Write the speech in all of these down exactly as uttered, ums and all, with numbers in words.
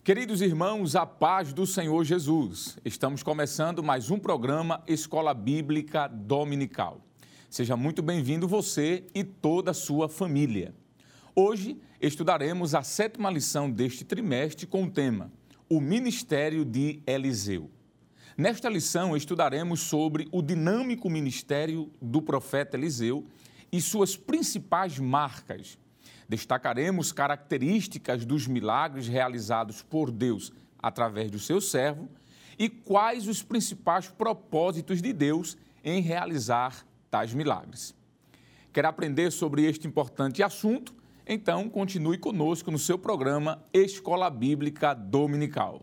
Queridos irmãos, a paz do Senhor Jesus. Estamos começando mais um programa Escola Bíblica Dominical. Seja muito bem-vindo você e toda a sua família. Hoje estudaremos a sétima lição deste trimestre com o tema O Ministério de Eliseu. Nesta lição estudaremos sobre o dinâmico ministério do profeta Eliseu e suas principais marcas. Destacaremos características dos milagres realizados por Deus através do seu servo e quais os principais propósitos de Deus em realizar tais milagres. Quer aprender sobre este importante assunto? Então, continue conosco no seu programa Escola Bíblica Dominical.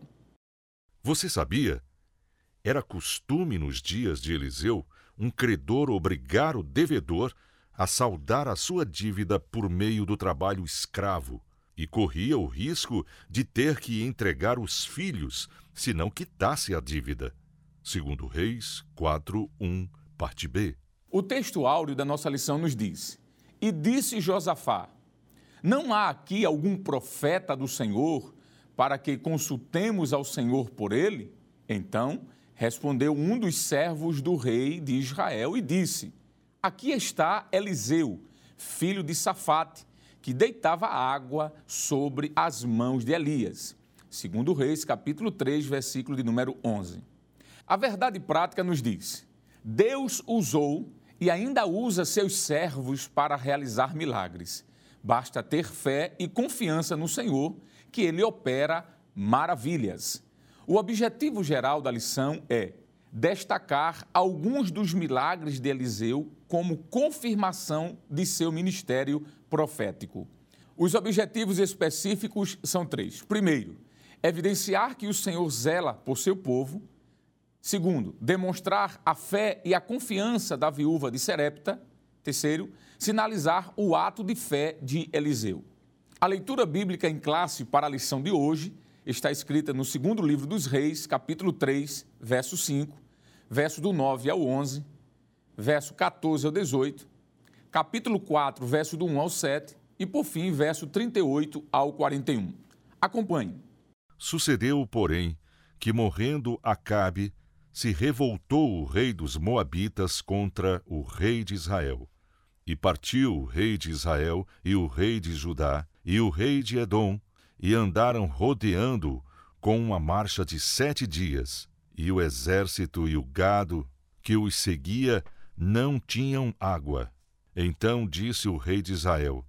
Você sabia? Era costume nos dias de Eliseu um credor obrigar o devedor a saldar a sua dívida por meio do trabalho escravo e corria o risco de ter que entregar os filhos se não quitasse a dívida. Segundo Reis quatro, um, parte B. O texto áureo da nossa lição nos diz: E disse Josafá: Não há aqui algum profeta do Senhor para que consultemos ao Senhor por ele? Então respondeu um dos servos do rei de Israel e disse: Aqui está Eliseu, filho de Safate, que deitava água sobre as mãos de Elias. Segundo Reis, capítulo três, versículo de número onze. A verdade prática nos diz: Deus usou e ainda usa seus servos para realizar milagres. Basta ter fé e confiança no Senhor, que Ele opera maravilhas. O objetivo geral da lição é destacar alguns dos milagres de Eliseu como confirmação de seu ministério profético. Os objetivos específicos são três. Primeiro, evidenciar que o Senhor zela por seu povo. Segundo, demonstrar a fé e a confiança da viúva de Serepta. Terceiro, sinalizar o ato de fé de Eliseu. A leitura bíblica em classe para a lição de hoje está escrita no segundo livro dos Reis, capítulo três, verso cinco, verso do nove ao onze, verso quatorze ao dezoito, capítulo quatro, verso do um ao sete e, por fim, verso trinta e oito ao quarenta e um. Acompanhe. Sucedeu, porém, que morrendo Acabe, se revoltou o rei dos Moabitas contra o rei de Israel. E partiu o rei de Israel e o rei de Judá e o rei de Edom, e andaram rodeando com uma marcha de sete dias, e o exército e o gado que os seguia não tinham água. Então disse o rei de Israel: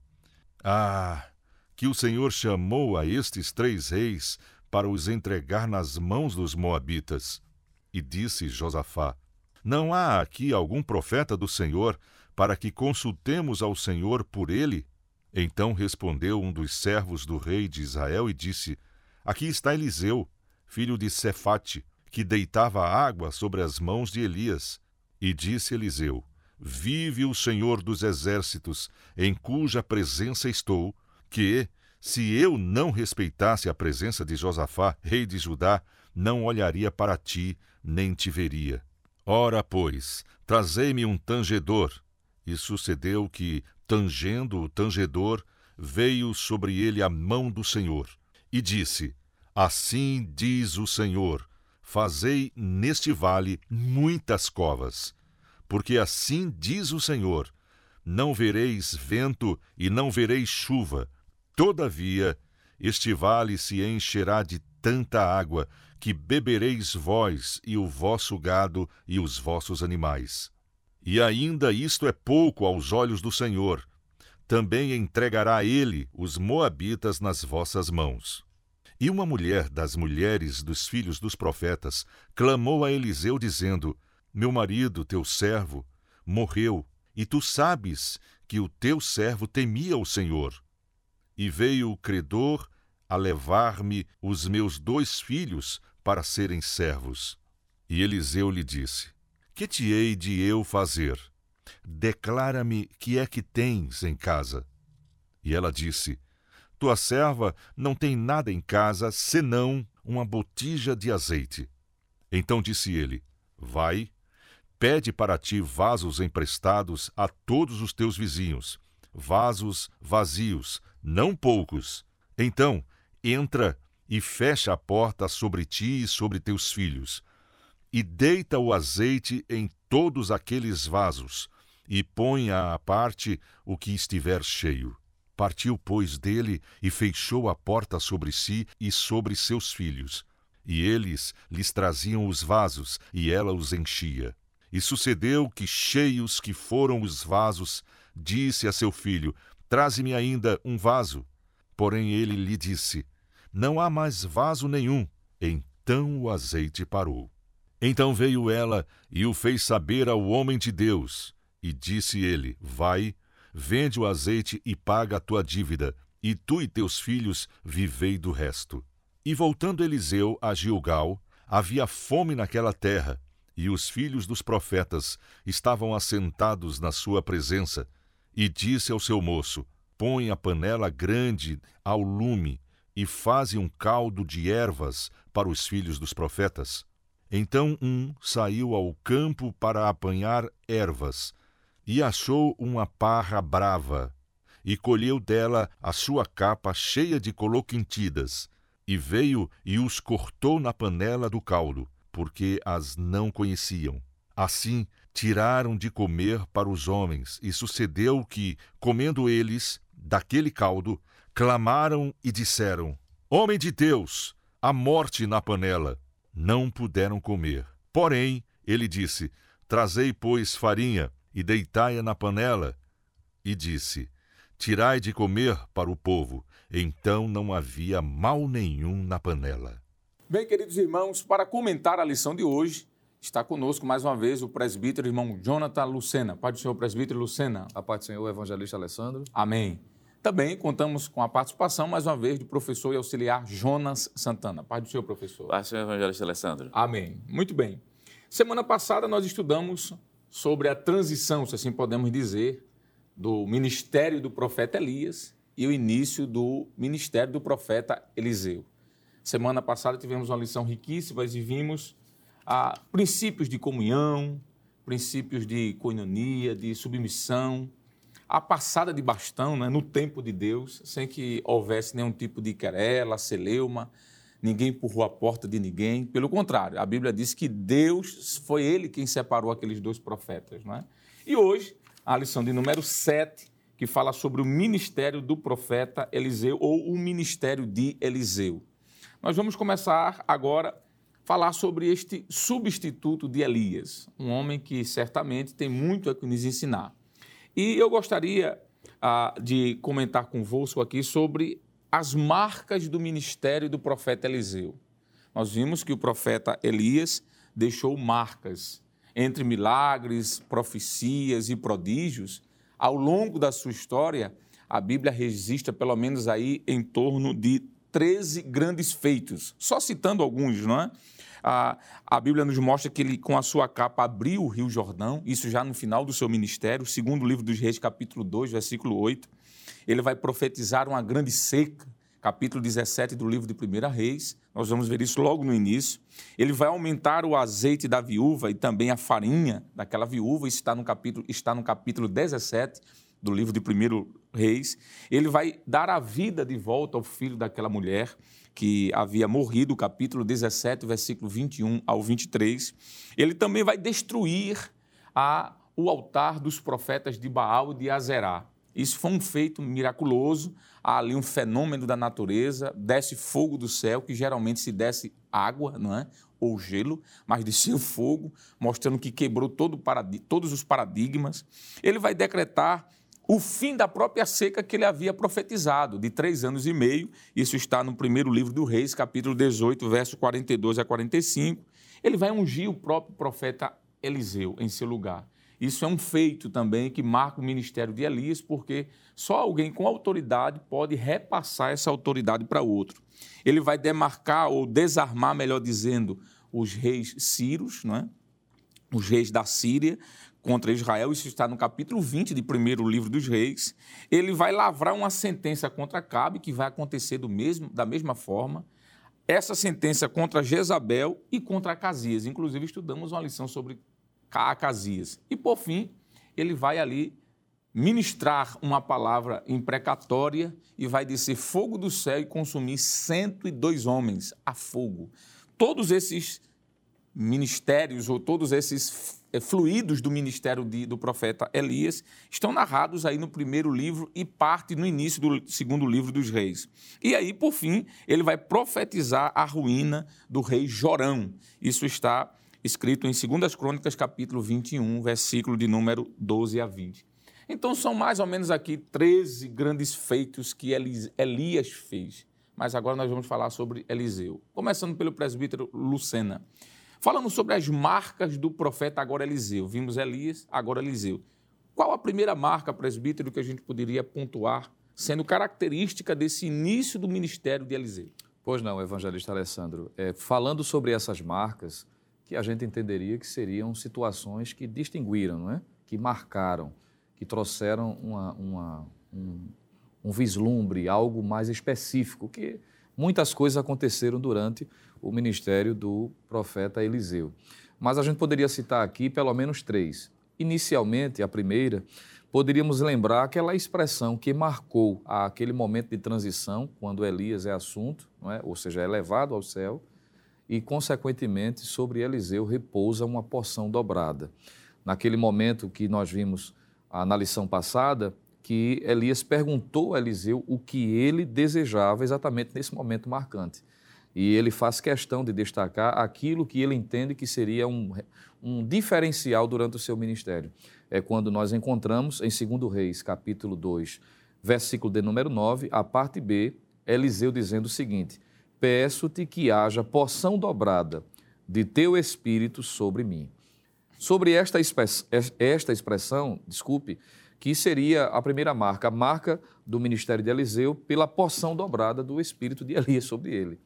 Ah, que o Senhor chamou a estes três reis para os entregar nas mãos dos moabitas. E disse Josafá: Não há aqui algum profeta do Senhor para que consultemos ao Senhor por ele? Então respondeu um dos servos do rei de Israel e disse: Aqui está Eliseu, filho de Safate, que deitava água sobre as mãos de Elias. E disse Eliseu: Vive o Senhor dos exércitos, em cuja presença estou, que, se eu não respeitasse a presença de Josafá, rei de Judá, não olharia para ti, nem te veria. Ora, pois, trazei-me um tangedor. E sucedeu que, tangendo o tangedor, veio sobre ele a mão do Senhor. E disse: Assim diz o Senhor: Fazei neste vale muitas covas. Porque assim diz o Senhor: Não vereis vento e não vereis chuva. Todavia, este vale se encherá de tanta água, que bebereis vós e o vosso gado e os vossos animais. E ainda isto é pouco aos olhos do Senhor. Também entregará ele os moabitas nas vossas mãos. E uma mulher das mulheres dos filhos dos profetas clamou a Eliseu, dizendo: Meu marido, teu servo, morreu, e tu sabes que o teu servo temia o Senhor. E veio o credor a levar-me os meus dois filhos para serem servos. E Eliseu lhe disse: Que te hei de eu fazer? Declara-me que é que tens em casa. E ela disse: Tua serva não tem nada em casa, senão uma botija de azeite. Então disse ele: Vai, pede para ti vasos emprestados a todos os teus vizinhos, vasos vazios, não poucos. Então entra e fecha a porta sobre ti e sobre teus filhos, e deita o azeite em todos aqueles vasos, e põe à parte o que estiver cheio. Partiu, pois, dele, e fechou a porta sobre si e sobre seus filhos. E eles lhes traziam os vasos, e ela os enchia. E sucedeu que, cheios que foram os vasos, disse a seu filho: traze-me ainda um vaso. Porém ele lhe disse: não há mais vaso nenhum. Então o azeite parou. Então veio ela e o fez saber ao homem de Deus. E disse ele: vai, vende o azeite e paga a tua dívida, e tu e teus filhos vivei do resto. E voltando Eliseu a Gilgal, havia fome naquela terra, e os filhos dos profetas estavam assentados na sua presença. E disse ao seu moço: põe a panela grande ao lume, e faze um caldo de ervas para os filhos dos profetas. Então um saiu ao campo para apanhar ervas, e achou uma parra brava, e colheu dela a sua capa cheia de coloquintidas, e veio e os cortou na panela do caldo, porque as não conheciam. Assim tiraram de comer para os homens, e sucedeu que, comendo eles daquele caldo, clamaram e disseram: homem de Deus, a morte na panela. Não puderam comer. Porém, ele disse: trazei, pois, farinha, e deitai-a na panela. E disse: tirai de comer para o povo. Então não havia mal nenhum na panela. Bem, queridos irmãos, para comentar a lição de hoje, está conosco mais uma vez o presbítero irmão Jonathan Lucena. Pai do Senhor, presbítero Lucena. A paz do Senhor, o evangelista Alessandro. Amém. Também contamos com a participação, mais uma vez, do professor e auxiliar Jonas Santana. Pai do Senhor, professor. Paz do Senhor, evangelista Alessandro. Amém. Muito bem. Semana passada nós estudamos sobre a transição, se assim podemos dizer, do ministério do profeta Elias e o início do ministério do profeta Eliseu. Semana passada tivemos uma lição riquíssima e vimos ah, princípios de comunhão, princípios de coinonia, de submissão, a passada de bastão, né, no tempo de Deus, sem que houvesse nenhum tipo de querela, celeuma, ninguém empurrou a porta de ninguém. Pelo contrário, a Bíblia diz que Deus, foi Ele quem separou aqueles dois profetas. Não é? E hoje, a lição de número sete, que fala sobre o ministério do profeta Eliseu, ou o ministério de Eliseu. Nós vamos começar agora a falar sobre este substituto de Elias, um homem que certamente tem muito a nos ensinar. E eu gostaria ah, de comentar convosco aqui sobre as marcas do ministério do profeta Eliseu. Nós vimos que o profeta Elias deixou marcas entre milagres, profecias e prodígios. Ao longo da sua história, a Bíblia registra pelo menos aí em torno de treze grandes feitos, só citando alguns, não é? A, a Bíblia nos mostra que ele, com a sua capa, abriu o Rio Jordão, isso já no final do seu ministério, segundo o livro dos Reis, capítulo dois, versículo oito. Ele vai profetizar uma grande seca, capítulo dezessete do livro de primeira Reis, nós vamos ver isso logo no início. Ele vai aumentar o azeite da viúva e também a farinha daquela viúva, isso está no capítulo, está no capítulo dezessete do livro de primeira Reis. Ele vai dar a vida de volta ao filho daquela mulher que havia morrido, capítulo dezessete, versículo vinte e um ao vinte e três. Ele também vai destruir a, o altar dos profetas de Baal e de Azerá. Isso foi um feito miraculoso, há ali um fenômeno da natureza, desce fogo do céu, que geralmente se desce água, não é? Ou gelo, mas desceu fogo, mostrando que quebrou todo parad... todos os paradigmas. Ele vai decretar o fim da própria seca que ele havia profetizado, de três anos e meio. Isso está no primeiro livro do Reis, capítulo dezoito, versos quarenta e dois a quarenta e cinco. Ele vai ungir o próprio profeta Eliseu em seu lugar. Isso é um feito também que marca o ministério de Elias, porque só alguém com autoridade pode repassar essa autoridade para outro. Ele vai demarcar ou desarmar, melhor dizendo, os reis sírios, não é? Os reis da Síria, contra Israel, isso está no capítulo vinte de primeiro livro dos Reis. Ele vai lavrar uma sentença contra Acabe, que vai acontecer do mesmo, da mesma forma. Essa sentença contra Jezabel e contra Acasias. Inclusive, estudamos uma lição sobre Acasias. E, por fim, ele vai ali ministrar uma palavra imprecatória e vai descer fogo do céu e consumir cento e dois homens a fogo. Todos esses ministérios ou todos esses fluidos do ministério de, do profeta Elias estão narrados aí no primeiro livro e parte no início do segundo livro dos reis. E aí, por fim, ele vai profetizar a ruína do rei Jorão. Isso está escrito em Segundas Crônicas, capítulo vinte e um, versículo de número doze a vinte. Então, são mais ou menos aqui treze grandes feitos que Elias fez. Mas agora nós vamos falar sobre Eliseu. Começando pelo presbítero Lucena. Falamos sobre as marcas do profeta agora Eliseu. Vimos Elias, agora Eliseu. Qual a primeira marca, presbítero, que a gente poderia pontuar, sendo característica desse início do ministério de Eliseu? Pois não, evangelista Alessandro. É, falando sobre essas marcas, que a gente entenderia que seriam situações que distinguiram, não é? Que marcaram, que trouxeram uma, uma, um, um vislumbre, algo mais específico, que muitas coisas aconteceram durante o ministério do profeta Eliseu. Mas a gente poderia citar aqui pelo menos três. Inicialmente, a primeira, poderíamos lembrar aquela expressão que marcou aquele momento de transição, quando Elias é assunto, não é? Ou seja, é levado ao céu, e, consequentemente, sobre Eliseu repousa uma porção dobrada. Naquele momento que nós vimos na lição passada, que Elias perguntou a Eliseu o que ele desejava exatamente nesse momento marcante. E ele faz questão de destacar aquilo que ele entende que seria um, um diferencial durante o seu ministério. É quando nós encontramos em Segundo Reis, capítulo dois, versículo de número nove, a parte B, Eliseu dizendo o seguinte: peço-te que haja porção dobrada de teu espírito sobre mim. Sobre esta, esta expressão, desculpe, que seria a primeira marca, a marca do ministério de Eliseu pela porção dobrada do espírito de Elias sobre ele.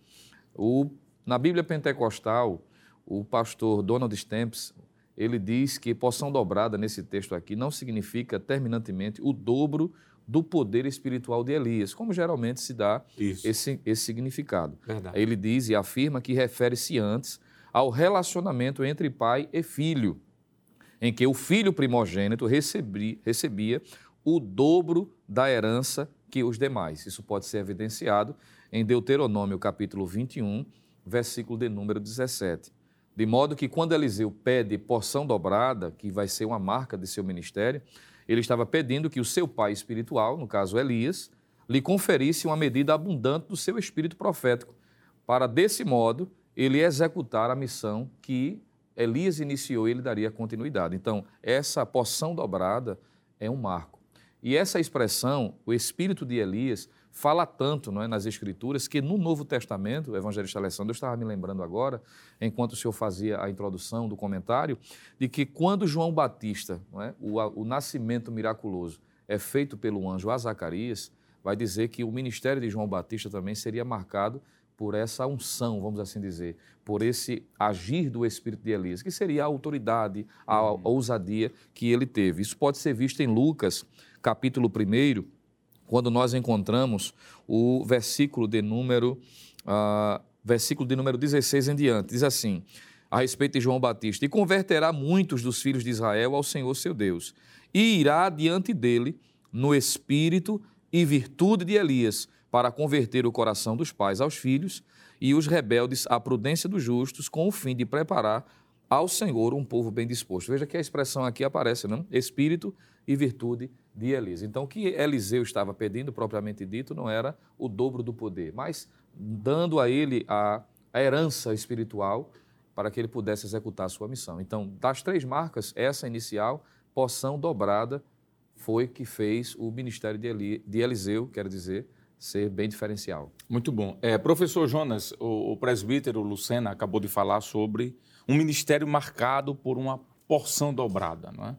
O, na Bíblia Pentecostal, o pastor Donald Stamps, ele diz que porção dobrada nesse texto aqui não significa terminantemente o dobro do poder espiritual de Elias, como geralmente se dá esse, esse significado. Verdade. Ele diz e afirma que refere-se antes ao relacionamento entre pai e filho, em que o filho primogênito recebia, recebia o dobro da herança que os demais. Isso pode ser evidenciado em Deuteronômio, capítulo vinte e um, versículo de número dezessete. De modo que quando Eliseu pede porção dobrada, que vai ser uma marca de seu ministério, ele estava pedindo que o seu pai espiritual, no caso Elias, lhe conferisse uma medida abundante do seu espírito profético, para, desse modo, ele executar a missão que Elias iniciou e ele daria continuidade. Então, essa porção dobrada é um marco. E essa expressão, o espírito de Elias, fala tanto, não é, nas Escrituras, que no Novo Testamento, o evangelista Alessandro, eu estava me lembrando agora, enquanto o senhor fazia a introdução do comentário, de que quando João Batista, não é, o, o nascimento miraculoso, é feito pelo anjo a Zacarias, vai dizer que o ministério de João Batista também seria marcado por essa unção, vamos assim dizer, por esse agir do espírito de Elias, que seria a autoridade, a, a ousadia que ele teve. Isso pode ser visto em Lucas, capítulo um, quando nós encontramos o versículo de número, uh, versículo de número dezesseis em diante. Diz assim, a respeito de João Batista: e converterá muitos dos filhos de Israel ao Senhor seu Deus, e irá diante dele no espírito e virtude de Elias, para converter o coração dos pais aos filhos e os rebeldes à prudência dos justos, com o fim de preparar ao Senhor um povo bem disposto. Veja que a expressão aqui aparece, não? Espírito e virtude de Elias. Então, o que Eliseu estava pedindo, propriamente dito, não era o dobro do poder, mas dando a ele a, a herança espiritual para que ele pudesse executar a sua missão. Então, das três marcas, essa inicial, porção dobrada, foi que fez o ministério de, Eli, de Eliseu, quero dizer, ser bem diferencial. Muito bom. É, professor Jonas, o, o presbítero Lucena acabou de falar sobre um ministério marcado por uma porção dobrada, não é?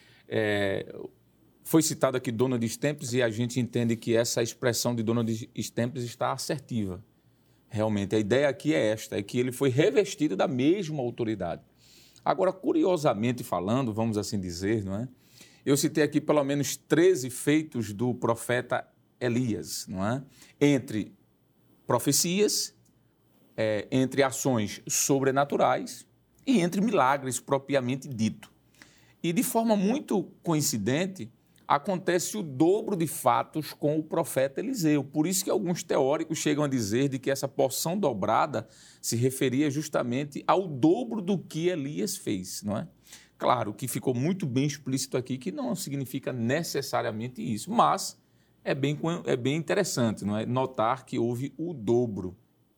É, foi citado aqui Donald Stamps e a gente entende que essa expressão de Donald Stamps está assertiva. Realmente, a ideia aqui é esta, é que ele foi revestido da mesma autoridade. Agora, curiosamente falando, vamos assim dizer, não é? Eu citei aqui pelo menos treze feitos do profeta Elias, não é? Entre profecias, é, entre ações sobrenaturais e entre milagres propriamente dito. E de forma muito coincidente, acontece o dobro de fatos com o profeta Eliseu. Por isso que alguns teóricos chegam a dizer de que essa porção dobrada se referia justamente ao dobro do que Elias fez, não é? Claro que ficou muito bem explícito aqui que não significa necessariamente isso, mas é bem, é bem interessante, não é? Notar que houve o dobro.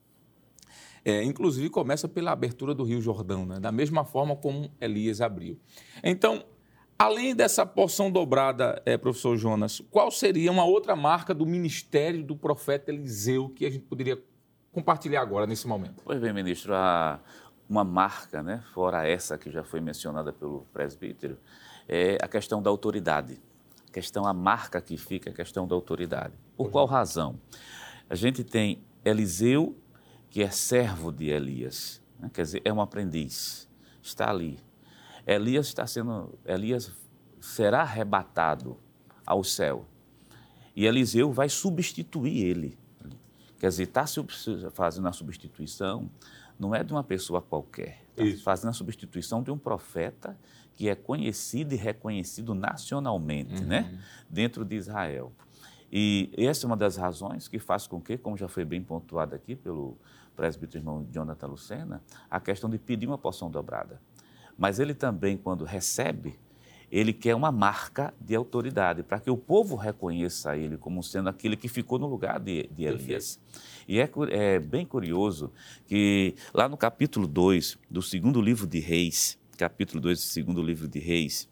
É, inclusive, começa pela abertura do Rio Jordão, né? Da mesma forma como Elias abriu. Então, além dessa porção dobrada, é, professor Jonas, qual seria uma outra marca do ministério do profeta Eliseu que a gente poderia compartilhar agora, nesse momento? Pois bem, ministro, a, uma marca, né, fora essa que já foi mencionada pelo presbítero, é a questão da autoridade. A questão, a marca que fica é a questão da autoridade. Por qual razão? A gente tem Eliseu, que é servo de Elias, né? Quer dizer, é um aprendiz, está ali. Elias está sendo, Elias será arrebatado ao céu e Eliseu vai substituir ele. Quer dizer, está fazendo a substituição, não é de uma pessoa qualquer, está fazendo a substituição de um profeta que é conhecido e reconhecido nacionalmente, uhum. né? Dentro de Israel. E essa é uma das razões que faz com que, como já foi bem pontuado aqui pelo presbítero irmão Jonathan Lucena, a questão de pedir uma porção dobrada. Mas ele também, quando recebe, ele quer uma marca de autoridade, para que o povo reconheça ele como sendo aquele que ficou no lugar de, de Elias. E é, é bem curioso que lá no capítulo dois do segundo livro de Reis, capítulo dois do segundo livro de Reis,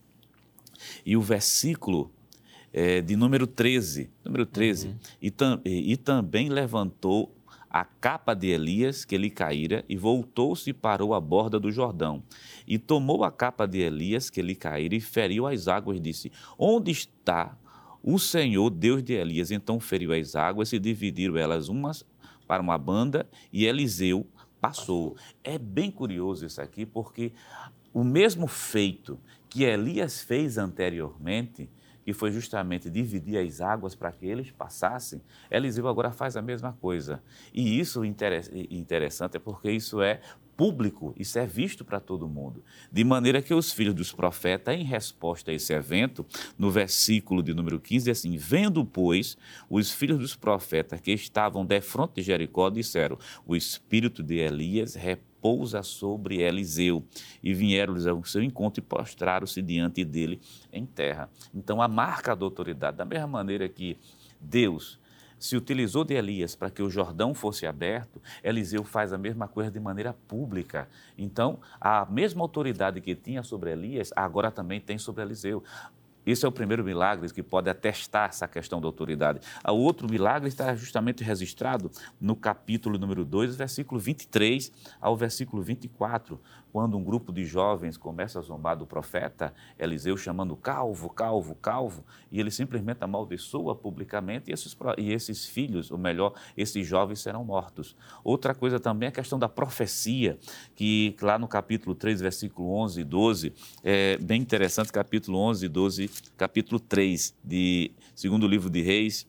e o versículo é, de número treze, número treze, uhum. e, tam, e, e também levantou a capa de Elias, que lhe caíra, e voltou-se e parou à borda do Jordão. E tomou a capa de Elias, que lhe caíra, e feriu as águas, e disse, onde está o Senhor, Deus de Elias? Então feriu as águas, e dividiram elas umas para uma banda, e Eliseu passou. É bem curioso isso aqui, porque o mesmo feito que Elias fez anteriormente, que foi justamente dividir as águas para que eles passassem, Eliseu agora faz a mesma coisa. E isso interessante é porque isso é público, isso é visto para todo mundo. De maneira que os filhos dos profetas, em resposta a esse evento, no versículo de número quinze, assim, vendo, pois, os filhos dos profetas que estavam defronte de Jericó, disseram, o espírito de Elias repousa sobre Eliseu. E vieram-lhes ao seu encontro e prostraram-se diante dele em terra. Então, a marca da autoridade, da mesma maneira que Deus se utilizou de Elias para que o Jordão fosse aberto, Eliseu faz a mesma coisa de maneira pública. Então, a mesma autoridade que tinha sobre Elias, agora também tem sobre Eliseu. Esse é o primeiro milagre que pode atestar essa questão da autoridade. O outro milagre está justamente registrado no capítulo número dois, versículo vinte e três ao versículo vinte e quatro, quando um grupo de jovens começa a zombar do profeta Eliseu, chamando calvo, calvo, calvo, e ele simplesmente amaldiçoa publicamente, e esses, e esses filhos, ou melhor, esses jovens serão mortos. Outra coisa também é a questão da profecia, que lá no capítulo três, versículo onze e doze, é bem interessante, capítulo onze e doze, capítulo três, de segundo livro de Reis,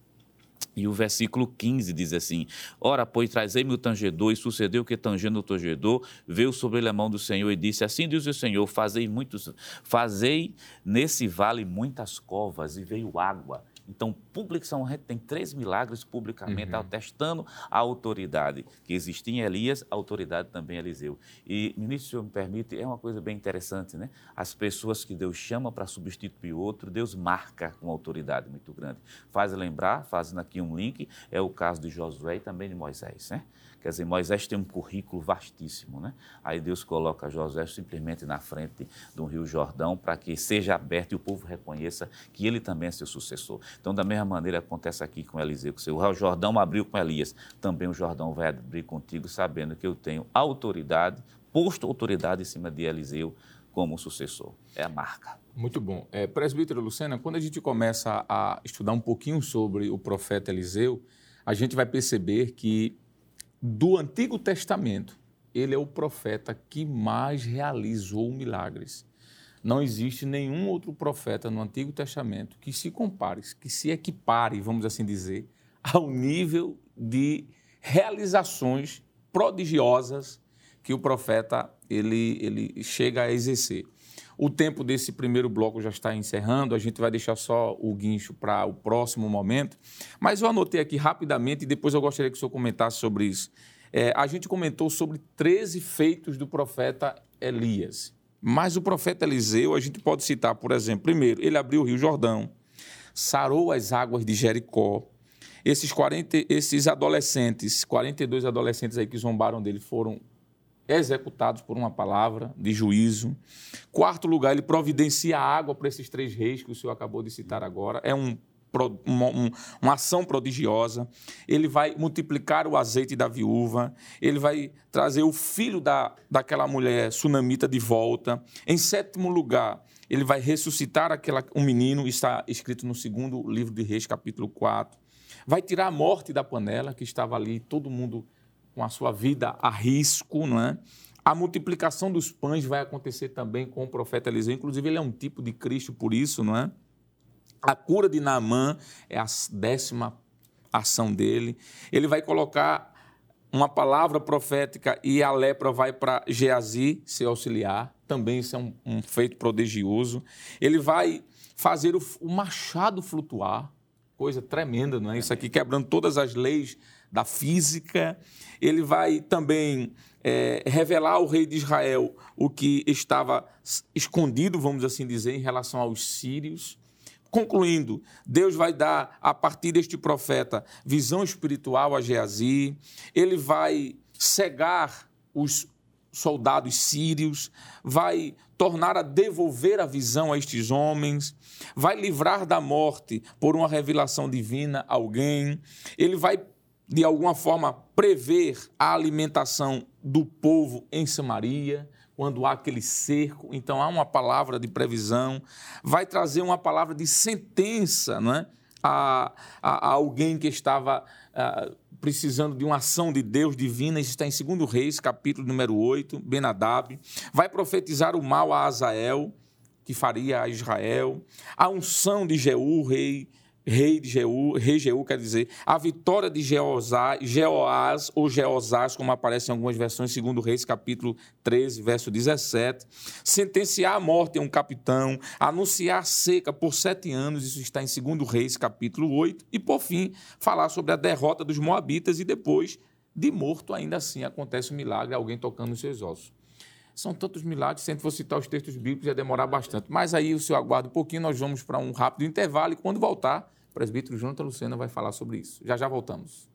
e o versículo quinze diz assim, ora, pois, trazei-me o tangedor, e sucedeu que tangendo o tangedor, veio sobre ele a mão do Senhor e disse, assim diz o Senhor, fazei muitos, fazei nesse vale muitas covas, e veio água. Então, publicação, a gente tem três milagres publicamente, uhum. atestando a autoridade que existia em Elias, a autoridade também em Eliseu. E, ministro, se o senhor me permite, é uma coisa bem interessante, né? As pessoas que Deus chama para substituir outro, Deus marca com autoridade muito grande. Faz lembrar, fazendo aqui um link, é o caso de Josué e também de Moisés, né? Quer dizer, Moisés tem um currículo vastíssimo, né? Aí Deus coloca Josué simplesmente na frente do Rio Jordão para que seja aberto e o povo reconheça que ele também é seu sucessor. Então, da mesma maneira, acontece aqui com Eliseu, que o Jordão abriu com Elias, também o Jordão vai abrir contigo, sabendo que eu tenho autoridade, posto autoridade em cima de Eliseu como sucessor. É a marca. Muito bom. É, presbítero Lucena, quando a gente começa a estudar um pouquinho sobre o profeta Eliseu, a gente vai perceber que do Antigo Testamento, ele é o profeta que mais realizou milagres. Não existe nenhum outro profeta no Antigo Testamento que se compare, que se equipare, vamos assim dizer, ao nível de realizações prodigiosas que o profeta ele, ele chega a exercer. O tempo desse primeiro bloco já está encerrando, a gente vai deixar só o guincho para o próximo momento. Mas eu anotei aqui rapidamente e depois eu gostaria que o senhor comentasse sobre isso. É, a gente comentou sobre treze feitos do profeta Elias. Mas o profeta Eliseu, a gente pode citar, por exemplo, primeiro, ele abriu o Rio Jordão, sarou as águas de Jericó. Esses, quarenta, esses adolescentes, quarenta e dois adolescentes aí que zombaram dele foram executados por uma palavra de juízo. Quarto lugar, ele providencia água para esses três reis que o senhor acabou de citar agora. É um, uma, um, uma ação prodigiosa. Ele vai multiplicar o azeite da viúva. Ele vai trazer o filho da, daquela mulher sunamita de volta. Em sétimo lugar, ele vai ressuscitar aquela, um menino, está escrito no segundo livro de Reis, capítulo quatro. Vai tirar a morte da panela, que estava ali, todo mundo com a sua vida a risco, não é? A multiplicação dos pães vai acontecer também com o profeta Eliseu, inclusive ele é um tipo de Cristo por isso, não é? A cura de Naamã é a décima ação dele. Ele vai colocar uma palavra profética e a lepra vai para Geazi, seu auxiliar, também isso é um, um feito prodigioso. Ele vai fazer o, o machado flutuar, coisa tremenda, não é? Isso aqui quebrando todas as leis da física. Ele vai também é, revelar ao rei de Israel o que estava escondido, vamos assim dizer, em relação aos sírios. Concluindo, Deus vai dar, a partir deste profeta, visão espiritual a Geazi. Ele vai cegar os soldados sírios, vai tornar a devolver a visão a estes homens, vai livrar da morte por uma revelação divina alguém. Ele vai, de alguma forma, prever a alimentação do povo em Samaria, quando há aquele cerco. Então, há uma palavra de previsão. Vai trazer uma palavra de sentença, não é? a, a, a alguém que estava a, precisando de uma ação de Deus divina. Isso está em segundo Reis, capítulo número oito, Ben-Hadad. Vai profetizar o mal a Azael, que faria a Israel. A unção de Jeú, rei Rei de Jeú, rei Jeú, quer dizer, a vitória de Jeozá, Jeoás ou Jeozás, como aparece em algumas versões, segundo Reis, capítulo treze, verso dezessete. Sentenciar a morte a um capitão, anunciar seca por sete anos, isso está em segundo Reis, capítulo oito. E, por fim, falar sobre a derrota dos moabitas e depois, de morto, ainda assim, acontece um milagre, alguém tocando os seus ossos. São tantos milagres, se a gente for citar os textos bíblicos, ia demorar bastante. Mas aí o senhor aguarda um pouquinho, nós vamos para um rápido intervalo e quando voltar, o presbítero Jonathan Lucena vai falar sobre isso. Já já voltamos.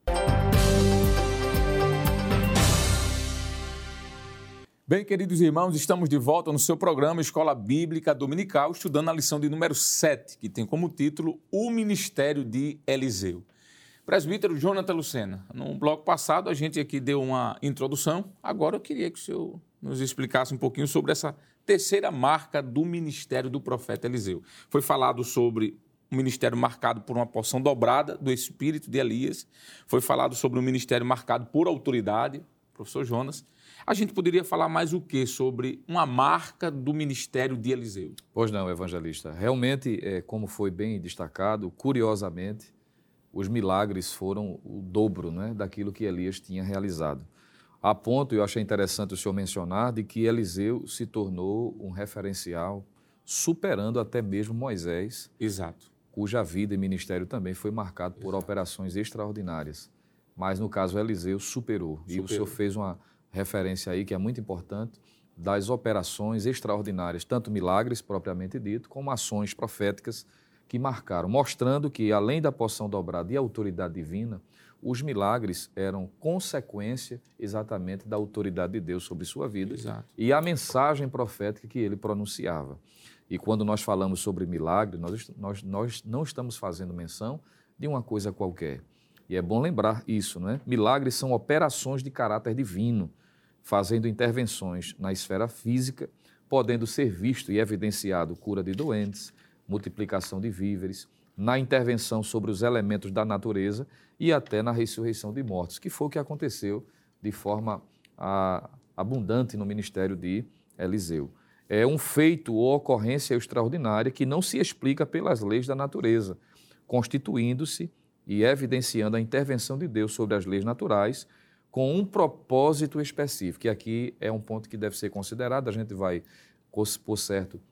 Bem, queridos irmãos, estamos de volta no seu programa Escola Bíblica Dominical, estudando a lição de número sete, que tem como título O Ministério de Eliseu. Presbítero Jonathan Lucena, no bloco passado a gente aqui deu uma introdução, agora eu queria que o senhor nos explicasse um pouquinho sobre essa terceira marca do ministério do profeta Eliseu. Foi falado sobre um ministério marcado por uma porção dobrada do espírito de Elias, foi falado sobre um ministério marcado por autoridade, professor Jonas. A gente poderia falar mais o quê sobre uma marca do ministério de Eliseu? Pois não, evangelista. Realmente, é, como foi bem destacado, curiosamente, os milagres foram o dobro, né, daquilo que Elias tinha realizado. A ponto, eu achei interessante o senhor mencionar, de que Eliseu se tornou um referencial, superando até mesmo Moisés. Exato. Cuja vida e ministério também foi marcado por Exato. Operações extraordinárias. Mas, no caso, Eliseu superou. superou. E o senhor fez uma referência aí, que é muito importante, das operações extraordinárias, tanto milagres, propriamente dito, como ações proféticas que marcaram, mostrando que, além da porção dobrada e autoridade divina, os milagres eram consequência exatamente da autoridade de Deus sobre sua vida. Exato. E a mensagem profética que ele pronunciava. E quando nós falamos sobre milagre, nós, nós, nós não estamos fazendo menção de uma coisa qualquer. E é bom lembrar isso, não é? Milagres são operações de caráter divino, fazendo intervenções na esfera física, podendo ser visto e evidenciado cura de doentes, multiplicação de víveres, na intervenção sobre os elementos da natureza e até na ressurreição de mortos, que foi o que aconteceu de forma a, abundante no ministério de Eliseu. É um feito ou ocorrência extraordinária que não se explica pelas leis da natureza, constituindo-se e evidenciando a intervenção de Deus sobre as leis naturais com um propósito específico, e aqui é um ponto que deve ser considerado, a gente vai, por certo,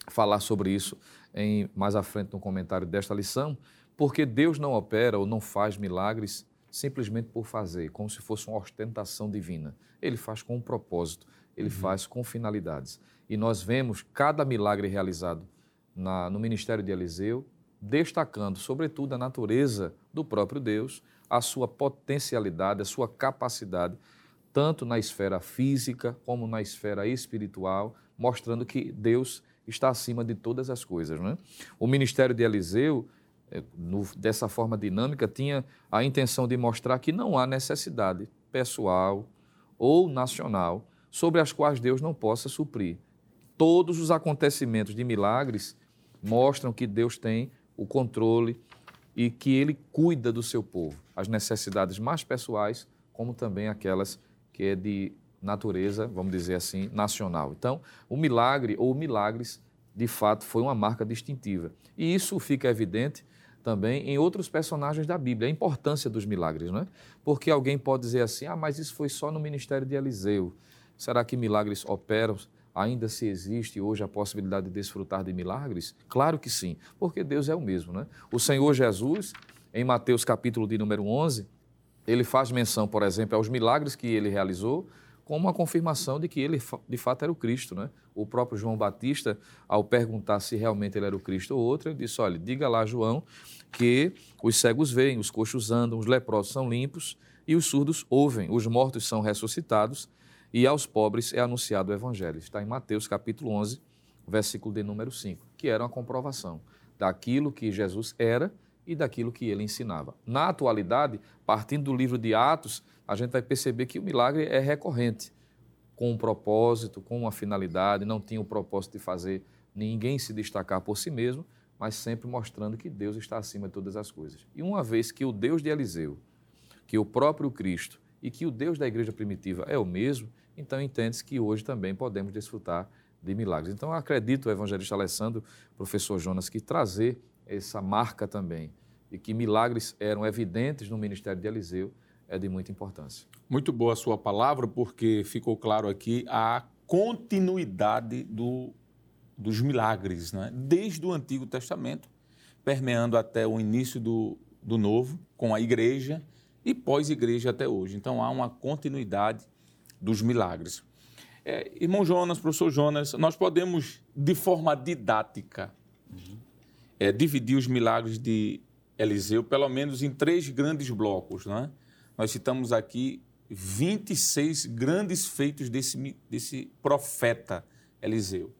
falar sobre isso em, mais à frente no comentário desta lição, porque Deus não opera ou não faz milagres simplesmente por fazer, como se fosse uma ostentação divina. Ele faz com um propósito, ele uhum. faz com finalidades. E nós vemos cada milagre realizado na, no ministério de Eliseu, destacando, sobretudo, a natureza do próprio Deus, a sua potencialidade, a sua capacidade, tanto na esfera física como na esfera espiritual, mostrando que Deus está acima de todas as coisas, né? O ministério de Eliseu, no, dessa forma dinâmica, tinha a intenção de mostrar que não há necessidade pessoal ou nacional sobre as quais Deus não possa suprir. Todos os acontecimentos de milagres mostram que Deus tem o controle e que Ele cuida do seu povo, as necessidades mais pessoais, como também aquelas que é de natureza, vamos dizer assim, nacional. Então, o milagre ou milagres, de fato, foi uma marca distintiva. E isso fica evidente também em outros personagens da Bíblia, a importância dos milagres, não é? Porque alguém pode dizer assim, ah, mas isso foi só no ministério de Eliseu. Será que milagres operam? Ainda se existe hoje a possibilidade de desfrutar de milagres? Claro que sim, porque Deus é o mesmo, né? O Senhor Jesus, em Mateus capítulo de número onze, ele faz menção, por exemplo, aos milagres que ele realizou, como uma confirmação de que ele, de fato, era o Cristo, né? O próprio João Batista, ao perguntar se realmente ele era o Cristo ou outro, ele disse, olha, diga lá, João, que os cegos veem, os coxos andam, os leprosos são limpos e os surdos ouvem, os mortos são ressuscitados e aos pobres é anunciado o Evangelho. Está em Mateus capítulo onze, versículo de número cinco, que era uma comprovação daquilo que Jesus era e daquilo que ele ensinava. Na atualidade, partindo do livro de Atos, a gente vai perceber que o milagre é recorrente, com um propósito, com uma finalidade, não tinha o propósito de fazer ninguém se destacar por si mesmo, mas sempre mostrando que Deus está acima de todas as coisas. E uma vez que o Deus de Eliseu, que o próprio Cristo e que o Deus da igreja primitiva é o mesmo, então entende-se que hoje também podemos desfrutar de milagres. Então, eu acredito, o evangelista Alessandro, professor Jonas, que trazer essa marca também, e que milagres eram evidentes no ministério de Eliseu, é de muita importância. Muito boa a sua palavra, porque ficou claro aqui a continuidade do, dos milagres, né? Desde o Antigo Testamento, permeando até o início do, do Novo, com a igreja e pós-igreja até hoje. Então, há uma continuidade dos milagres. É, irmão Jonas, professor Jonas, nós podemos, de forma didática, uhum. é, dividir os milagres de Eliseu, pelo menos em três grandes blocos, né? Nós citamos aqui vinte e seis grandes feitos desse, desse profeta Eliseu.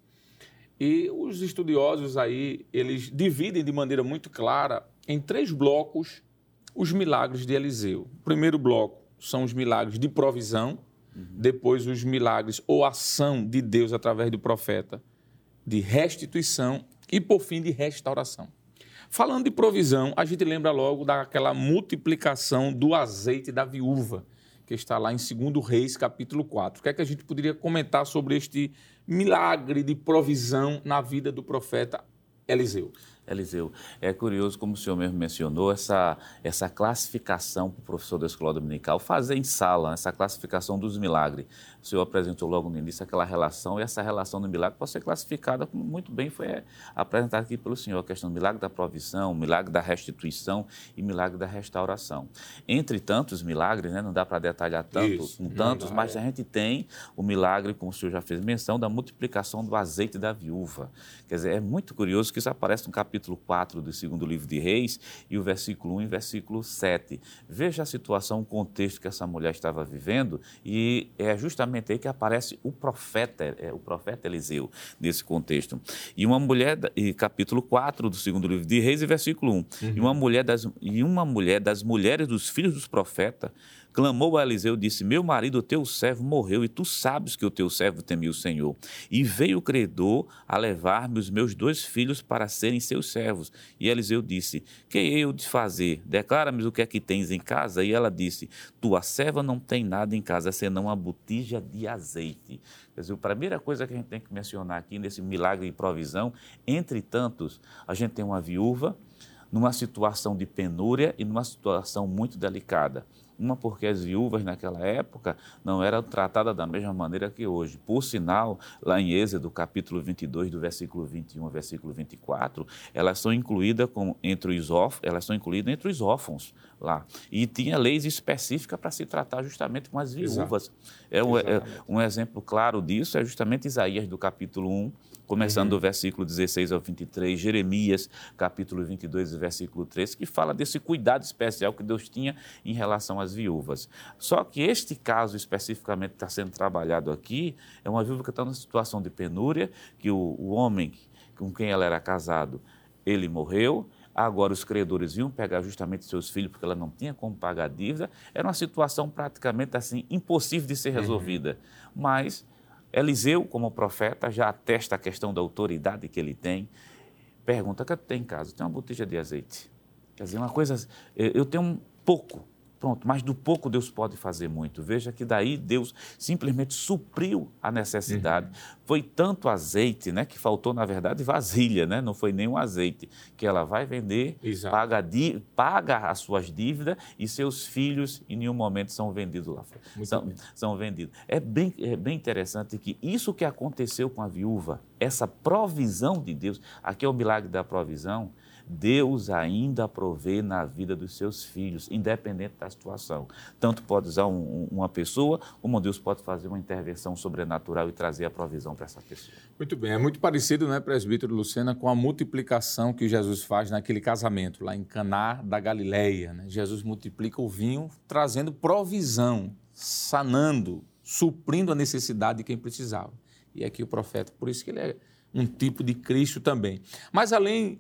E os estudiosos aí, eles dividem de maneira muito clara em três blocos os milagres de Eliseu. O primeiro bloco são os milagres de provisão, uhum. depois os milagres ou ação de Deus através do profeta de restituição e, por fim, de restauração. Falando de provisão, a gente lembra logo daquela multiplicação do azeite da viúva, que está lá em segundo Reis, capítulo quatro. O que é que a gente poderia comentar sobre este milagre de provisão na vida do profeta Eliseu? Eliseu, é curioso, como o senhor mesmo mencionou, essa, essa classificação para o professor da escola dominical, fazer em sala, essa classificação dos milagres. O senhor apresentou logo no início aquela relação, e essa relação do milagre pode ser classificada, como muito bem foi apresentada aqui pelo senhor, a questão do milagre da provisão, milagre da restituição e milagre da restauração. Entre tantos milagres, né, não dá para detalhar tanto, Isso, com tantos, dá, mas é. a gente tem o milagre, como o senhor já fez menção, da multiplicação do azeite da viúva. Quer dizer, é muito curioso que isso aparece no capítulo capítulo quatro do segundo livro de Reis, e o versículo um e versículo sete. Veja a situação, o contexto que essa mulher estava vivendo, e é justamente aí que aparece o profeta, é, o profeta Eliseu, nesse contexto. E uma mulher, e capítulo quatro do segundo livro de Reis, e versículo um. Uhum. E, uma mulher das, e uma mulher das mulheres dos filhos dos profetas clamou a Eliseu e disse, meu marido, o teu servo, morreu, e tu sabes que o teu servo temia o Senhor. E veio o credor a levar-me os meus dois filhos para serem seus servos. E Eliseu disse, que hei eu de fazer? Declara-me o que é que tens em casa. E ela disse, tua serva não tem nada em casa, senão uma botija de azeite. Quer dizer, a primeira coisa que a gente tem que mencionar aqui nesse milagre de provisão, entre tantos, a gente tem uma viúva numa situação de penúria e numa situação muito delicada. Uma porque as viúvas naquela época não eram tratadas da mesma maneira que hoje. Por sinal, lá em Êxodo, capítulo vinte e dois, do versículo vinte e um ao versículo vinte e quatro, elas são incluídas com, entre os órfãos, elas são incluídas entre os órfãos lá. E tinha leis específicas para se tratar justamente com as viúvas. É um, é um exemplo claro disso é justamente Isaías do capítulo um, começando uhum. do versículo dezesseis ao vinte e três, Jeremias, capítulo vinte e dois, versículo treze, que fala desse cuidado especial que Deus tinha em relação às viúvas. Só que este caso especificamente que está sendo trabalhado aqui é uma viúva que está numa situação de penúria, que o, o homem com quem ela era casado, ele morreu. Agora os credores iam pegar justamente seus filhos porque ela não tinha como pagar a dívida. Era uma situação praticamente assim impossível de ser resolvida. Uhum. Mas Eliseu, como profeta, já atesta a questão da autoridade que ele tem. Pergunta, o que tem em casa? Tem uma botija de azeite. Quer dizer, uma coisa, eu tenho um pouco, pronto, mas do pouco Deus pode fazer muito. Veja que daí Deus simplesmente supriu a necessidade. Uhum. Foi tanto azeite, né, que faltou, na verdade, vasilha, né? Não foi nem um azeite, que ela vai vender, paga, paga as suas dívidas e seus filhos em nenhum momento são vendidos lá fora. São, são vendidos. É bem, é bem interessante que isso que aconteceu com a viúva, essa provisão de Deus, aqui é o milagre da provisão, Deus ainda provê na vida dos seus filhos, independente da situação. Tanto pode usar um, uma pessoa, como Deus pode fazer uma intervenção sobrenatural e trazer a provisão para essa pessoa. Muito bem, é muito parecido, né, presbítero Lucena, com a multiplicação que Jesus faz naquele casamento, lá em Caná da Galileia, né? Jesus multiplica o vinho, trazendo provisão, sanando, suprindo a necessidade de quem precisava. E aqui o profeta, por isso que ele é um tipo de Cristo também. Mas além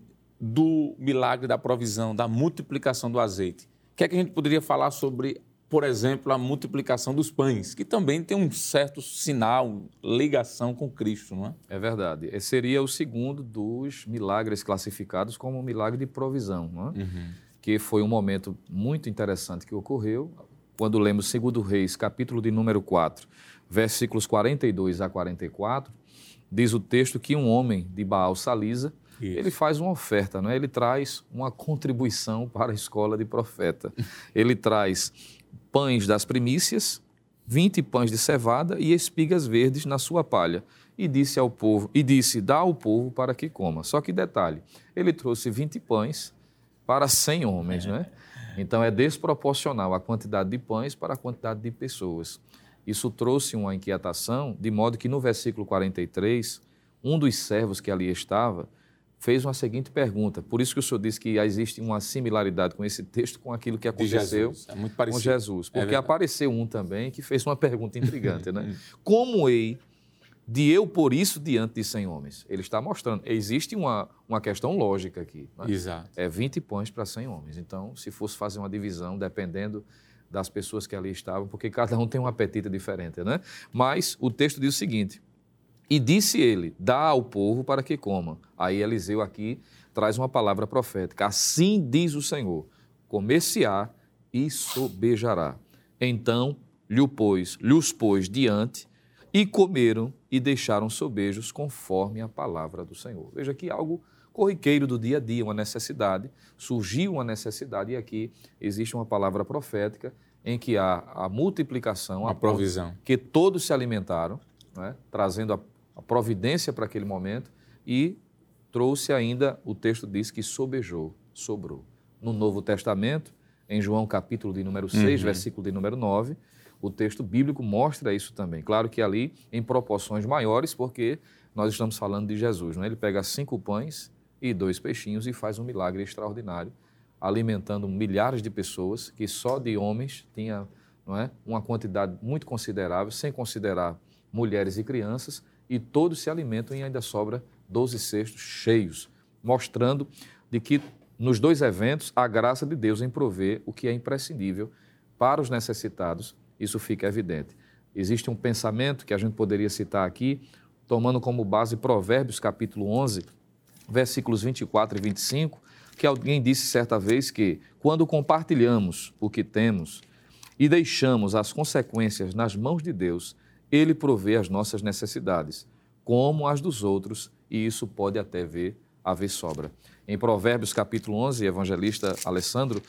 do milagre da provisão, da multiplicação do azeite, o que é que a gente poderia falar sobre, por exemplo, a multiplicação dos pães, que também tem um certo sinal, ligação com Cristo, não é? É verdade. Esse seria o segundo dos milagres classificados como um milagre de provisão, não é? Uhum. Que foi um momento muito interessante que ocorreu quando lemos segundo Reis, capítulo de número quatro, versículos quarenta e dois a quarenta e quatro, diz o texto que um homem de Baal Salisa, isso. Ele faz uma oferta, não é? Ele traz uma contribuição para a escola de profeta. Ele traz pães das primícias, vinte pães de cevada e espigas verdes na sua palha. E disse ao povo, e disse, dá ao povo para que coma. Só que detalhe, ele trouxe vinte pães para cem homens, é. Não é? Então é desproporcional a quantidade de pães para a quantidade de pessoas. Isso trouxe uma inquietação, de modo que no versículo quarenta e três, um dos servos que ali estava fez uma seguinte pergunta. Por isso que o senhor disse que existe uma similaridade com esse texto com aquilo que aconteceu Jesus. É muito parecido. Com Jesus. Porque é apareceu um também que fez uma pergunta intrigante, né? Como hei de eu pôr isso diante de cem homens? Ele está mostrando. Existe uma, uma questão lógica aqui. Né? Exato. É vinte pães para cem homens. Então, se fosse fazer uma divisão, dependendo das pessoas que ali estavam, porque cada um tem um apetite diferente, né? Mas o texto diz o seguinte: e disse ele, dá ao povo para que coma. Aí Eliseu aqui traz uma palavra profética. Assim diz o Senhor, comer-se-á e sobejará. Então lhe pôs, lhes pôs diante e comeram e deixaram sobejos conforme a palavra do Senhor. Veja que algo corriqueiro do dia a dia, uma necessidade, surgiu uma necessidade e aqui existe uma palavra profética em que há a multiplicação, a, a provisão, que todos se alimentaram, né, trazendo a a providência para aquele momento e trouxe ainda, o texto diz que sobejou, sobrou. No Novo Testamento, em João capítulo de número seis, uhum. versículo de número nove, o texto bíblico mostra isso também. Claro que ali em proporções maiores, porque nós estamos falando de Jesus, não é? Ele pega cinco pães e dois peixinhos e faz um milagre extraordinário, alimentando milhares de pessoas que só de homens tinha, não é, uma quantidade muito considerável, sem considerar mulheres e crianças, e todos se alimentam e ainda sobra doze cestos cheios, mostrando de que nos dois eventos a graça de Deus em prover o que é imprescindível para os necessitados, isso fica evidente. Existe um pensamento que a gente poderia citar aqui, tomando como base Provérbios capítulo onze, versículos vinte e quatro e vinte e cinco, que alguém disse certa vez que quando compartilhamos o que temos e deixamos as consequências nas mãos de Deus, Ele provê as nossas necessidades, como as dos outros, e isso pode até ver, haver sobra. Em Provérbios capítulo onze, evangelista Alessandro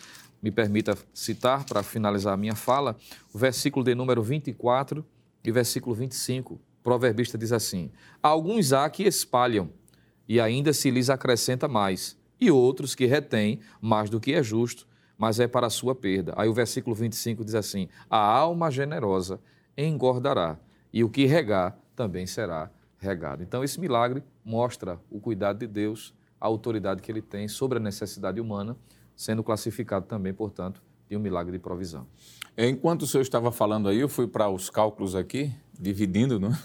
me permita citar, para finalizar a minha fala, o versículo de número vinte e quatro e versículo vinte e cinco. O proverbista diz assim: alguns há que espalham, e ainda se lhes acrescenta mais, e outros que retêm mais do que é justo, mas é para a sua perda. Aí o versículo vinte e cinco diz assim: a alma generosa engordará, e o que regar também será regado. Então esse milagre mostra o cuidado de Deus, a autoridade que ele tem sobre a necessidade humana, sendo classificado também, portanto, de um milagre de provisão. Enquanto o senhor estava falando aí, eu fui para os cálculos aqui, dividindo, não?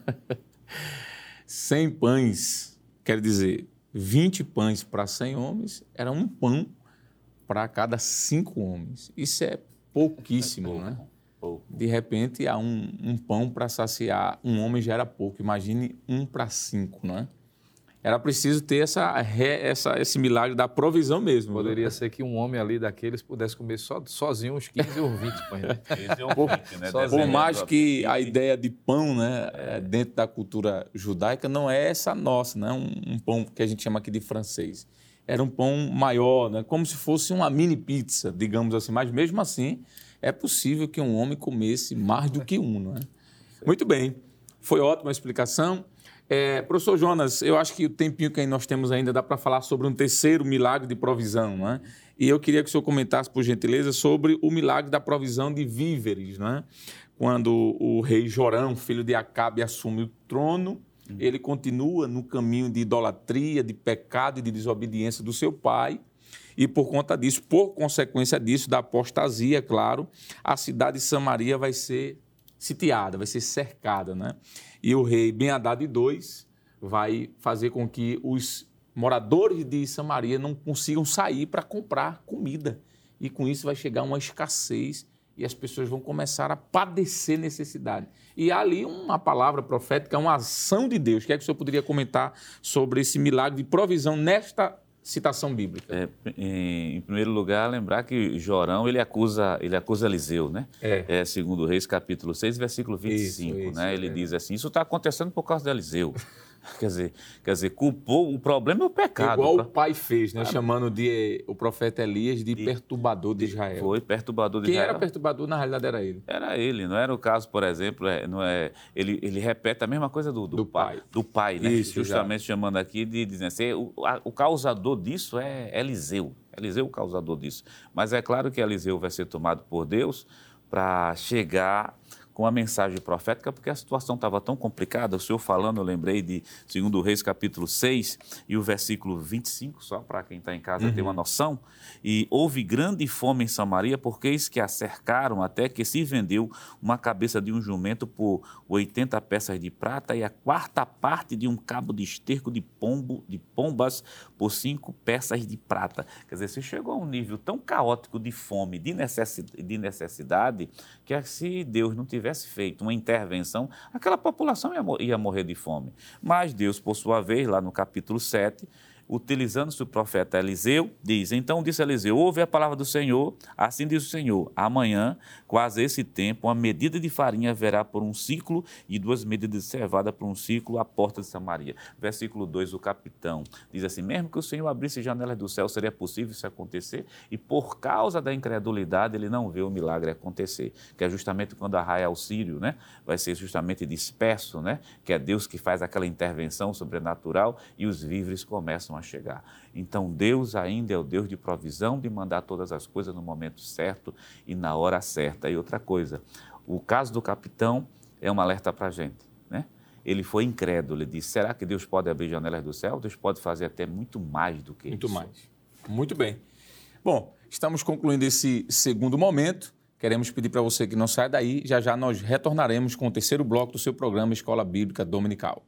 cem pães, quer dizer, vinte pães para cem homens, era um pão para cada cinco homens. Isso é pouquíssimo, né? De repente, há um, um pão para saciar um homem já era pouco. Imagine um para cinco, não é? Era preciso ter essa, essa, esse milagre da provisão mesmo. Poderia ser que um homem ali daqueles pudesse comer so, sozinho uns quinze ou vinte pães. Né? Por, né? Por mais que a ideia de pão, né, é. dentro da cultura judaica não é essa nossa, né? um, um pão que a gente chama aqui de francês. Era um pão maior, né? Como se fosse uma mini pizza, digamos assim. Mas mesmo assim, é possível que um homem comesse mais do que um, não é? Muito bem. Foi ótima a explicação. É, professor Jonas, eu acho que o tempinho que nós temos ainda dá para falar sobre um terceiro milagre de provisão, não é? E eu queria que o senhor comentasse, por gentileza, sobre o milagre da provisão de víveres, não é? Quando o rei Jorão, filho de Acabe, assume o trono, uhum. ele continua no caminho de idolatria, de pecado e de desobediência do seu pai. E por conta disso, por consequência disso, da apostasia, claro, a cidade de Samaria vai ser sitiada, vai ser cercada, né? E o rei Ben-Hadad dois vai fazer com que os moradores de Samaria não consigam sair para comprar comida. E com isso vai chegar uma escassez e as pessoas vão começar a padecer necessidade. E há ali uma palavra profética, uma ação de Deus. O que é que o senhor poderia comentar sobre esse milagre de provisão nesta citação bíblica? É, em, em primeiro lugar, lembrar que Jorão, ele acusa, ele acusa Eliseu, né? É. é segundo Reis, capítulo seis, versículo vinte e cinco, isso, isso, né? Ele é. diz assim, isso está acontecendo por causa de Eliseu. Quer dizer, quer dizer, culpou, o problema é o pecado. Igual o pai fez, né? Ah, chamando de, o profeta Elias de, de perturbador de Israel. Foi, perturbador de Quem Israel. Quem era perturbador, na realidade, era ele. Era ele, não era o caso, por exemplo, é, não é, ele, ele repete a mesma coisa do, do, do pai. Do pai, né? Isso, justamente já. chamando aqui de dizendo assim, o, a, o causador disso é Eliseu. Eliseu é o causador disso. Mas é claro que Eliseu vai ser tomado por Deus para chegar com a mensagem profética, porque a situação estava tão complicada. O senhor falando, eu lembrei de segundo Reis, capítulo seis, e o versículo vinte e cinco, só para quem está em casa uhum. ter uma noção. E houve grande fome em Samaria, porque eis que a cercaram, até que se vendeu uma cabeça de um jumento por oitenta peças de prata e a quarta parte de um cabo de esterco de pombo, de pombas por cinco peças de prata. Quer dizer, se chegou a um nível tão caótico de fome, de necessidade, de necessidade que se Deus não tivesse tivesse feito uma intervenção, aquela população ia, ia morrer de fome. Mas Deus, por sua vez, lá no capítulo sete, utilizando-se o profeta Eliseu, diz, então disse Eliseu, ouve a palavra do Senhor, assim diz o Senhor, amanhã, quase esse tempo, uma medida de farinha haverá por um ciclo e duas medidas de cevada por um ciclo à porta de Samaria. Versículo dois, o capitão diz assim, mesmo que o Senhor abrisse janelas do céu, seria possível isso acontecer? E por causa da incredulidade, ele não vê o milagre acontecer, que é justamente quando arraia o sírio, né? Vai ser justamente disperso, né? Que é Deus que faz aquela intervenção sobrenatural e os víveres começam a chegar. Então, Deus ainda é o Deus de provisão, de mandar todas as coisas no momento certo e na hora certa. E outra coisa, o caso do capitão é um alerta para a gente, né? Ele foi incrédulo, ele disse, será que Deus pode abrir janelas do céu? Deus pode fazer até muito mais do que muito isso. Muito mais. Muito bem. Bom, estamos concluindo esse segundo momento. Queremos pedir para você que não saia daí. Já já nós retornaremos com o terceiro bloco do seu programa Escola Bíblica Dominical.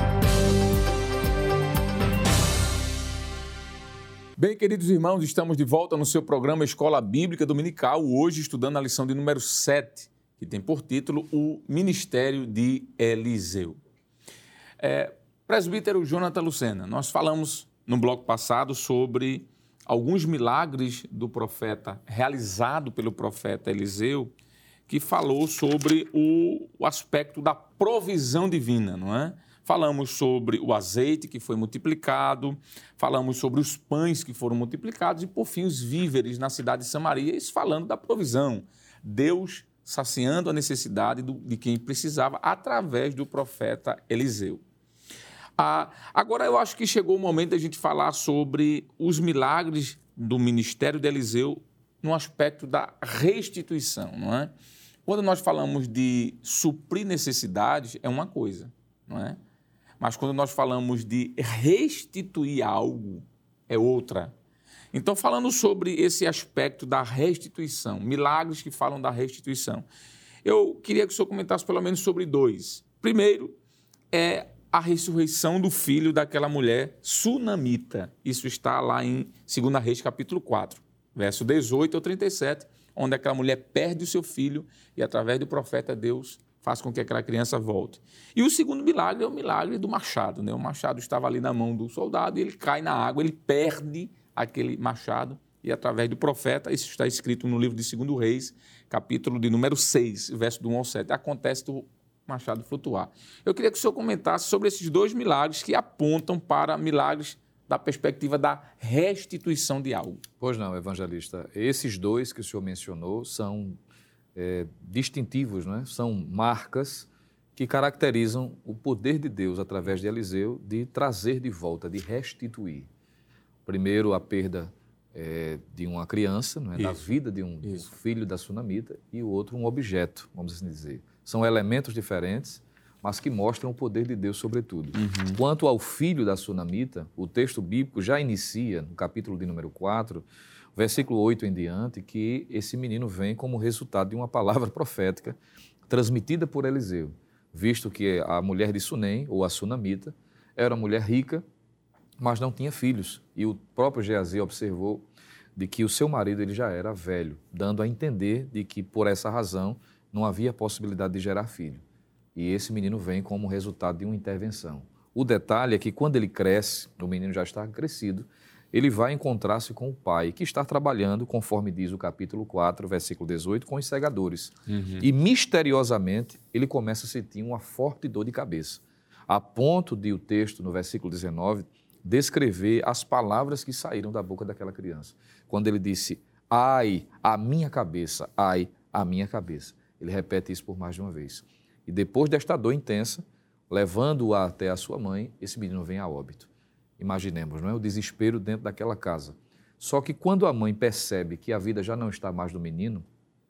Bem, queridos irmãos, estamos de volta no seu programa Escola Bíblica Dominical, hoje estudando a lição de número sete, que tem por título O Ministério de Eliseu. É, presbítero Jonathan Lucena, nós falamos no bloco passado sobre alguns milagres do profeta, realizado pelo profeta Eliseu, que falou sobre o, o aspecto da provisão divina, não é? falamos sobre o azeite que foi multiplicado, falamos sobre os pães que foram multiplicados e, por fim, os víveres na cidade de Samaria, isso falando da provisão. Deus saciando a necessidade do, de quem precisava através do profeta Eliseu. Ah, agora, eu acho que chegou o momento da gente falar sobre os milagres do ministério de Eliseu no aspecto da restituição, não é? Quando nós falamos de suprir necessidades, é uma coisa, não é? Mas quando nós falamos de restituir algo, é outra. Então, falando sobre esse aspecto da restituição, milagres que falam da restituição, eu queria que o senhor comentasse pelo menos sobre dois. Primeiro, é a ressurreição do filho daquela mulher sunamita. Isso está lá em Segunda Reis, capítulo quatro, verso dezoito ao trinta e sete, onde aquela mulher perde o seu filho e, através do profeta, Deus faz com que aquela criança volte. E o segundo milagre é o milagre do machado, né? O machado estava ali na mão do soldado e ele cai na água, ele perde aquele machado e, através do profeta, isso está escrito no livro de Segundo Reis, capítulo de número seis, verso do um ao sete, acontece do machado flutuar. Eu queria que o senhor comentasse sobre esses dois milagres que apontam para milagres da perspectiva da restituição de algo. Pois não, evangelista. Esses dois que o senhor mencionou são é, distintivos, não é? São marcas que caracterizam o poder de Deus, através de Eliseu, de trazer de volta, de restituir. Primeiro, a perda é, de uma criança, não é? Da vida de um Isso. filho da sunamita, e o outro um objeto, vamos assim dizer. São elementos diferentes, mas que mostram o poder de Deus sobretudo. Uhum. Quanto ao filho da sunamita, o texto bíblico já inicia, no capítulo de número quatro, versículo oito em diante, que esse menino vem como resultado de uma palavra profética transmitida por Eliseu, visto que a mulher de Sunem, ou a sunamita, era uma mulher rica, mas não tinha filhos. E o próprio Geazi observou de que o seu marido ele já era velho, dando a entender de que, por essa razão, não havia possibilidade de gerar filho. E esse menino vem como resultado de uma intervenção. O detalhe é que, quando ele cresce, o menino já está crescido, ele vai encontrar-se com o pai, que está trabalhando, conforme diz o capítulo quatro, versículo dezoito, com os segadores. Uhum. E, misteriosamente, ele começa a sentir uma forte dor de cabeça, a ponto de o texto, no versículo dezenove, descrever as palavras que saíram da boca daquela criança. Quando ele disse, ai, a minha cabeça, ai, a minha cabeça. Ele repete isso por mais de uma vez. E depois desta dor intensa, levando-o até a sua mãe, esse menino vem a óbito. Imaginemos, não é? O desespero dentro daquela casa. Só que quando a mãe percebe que a vida já não está mais do menino,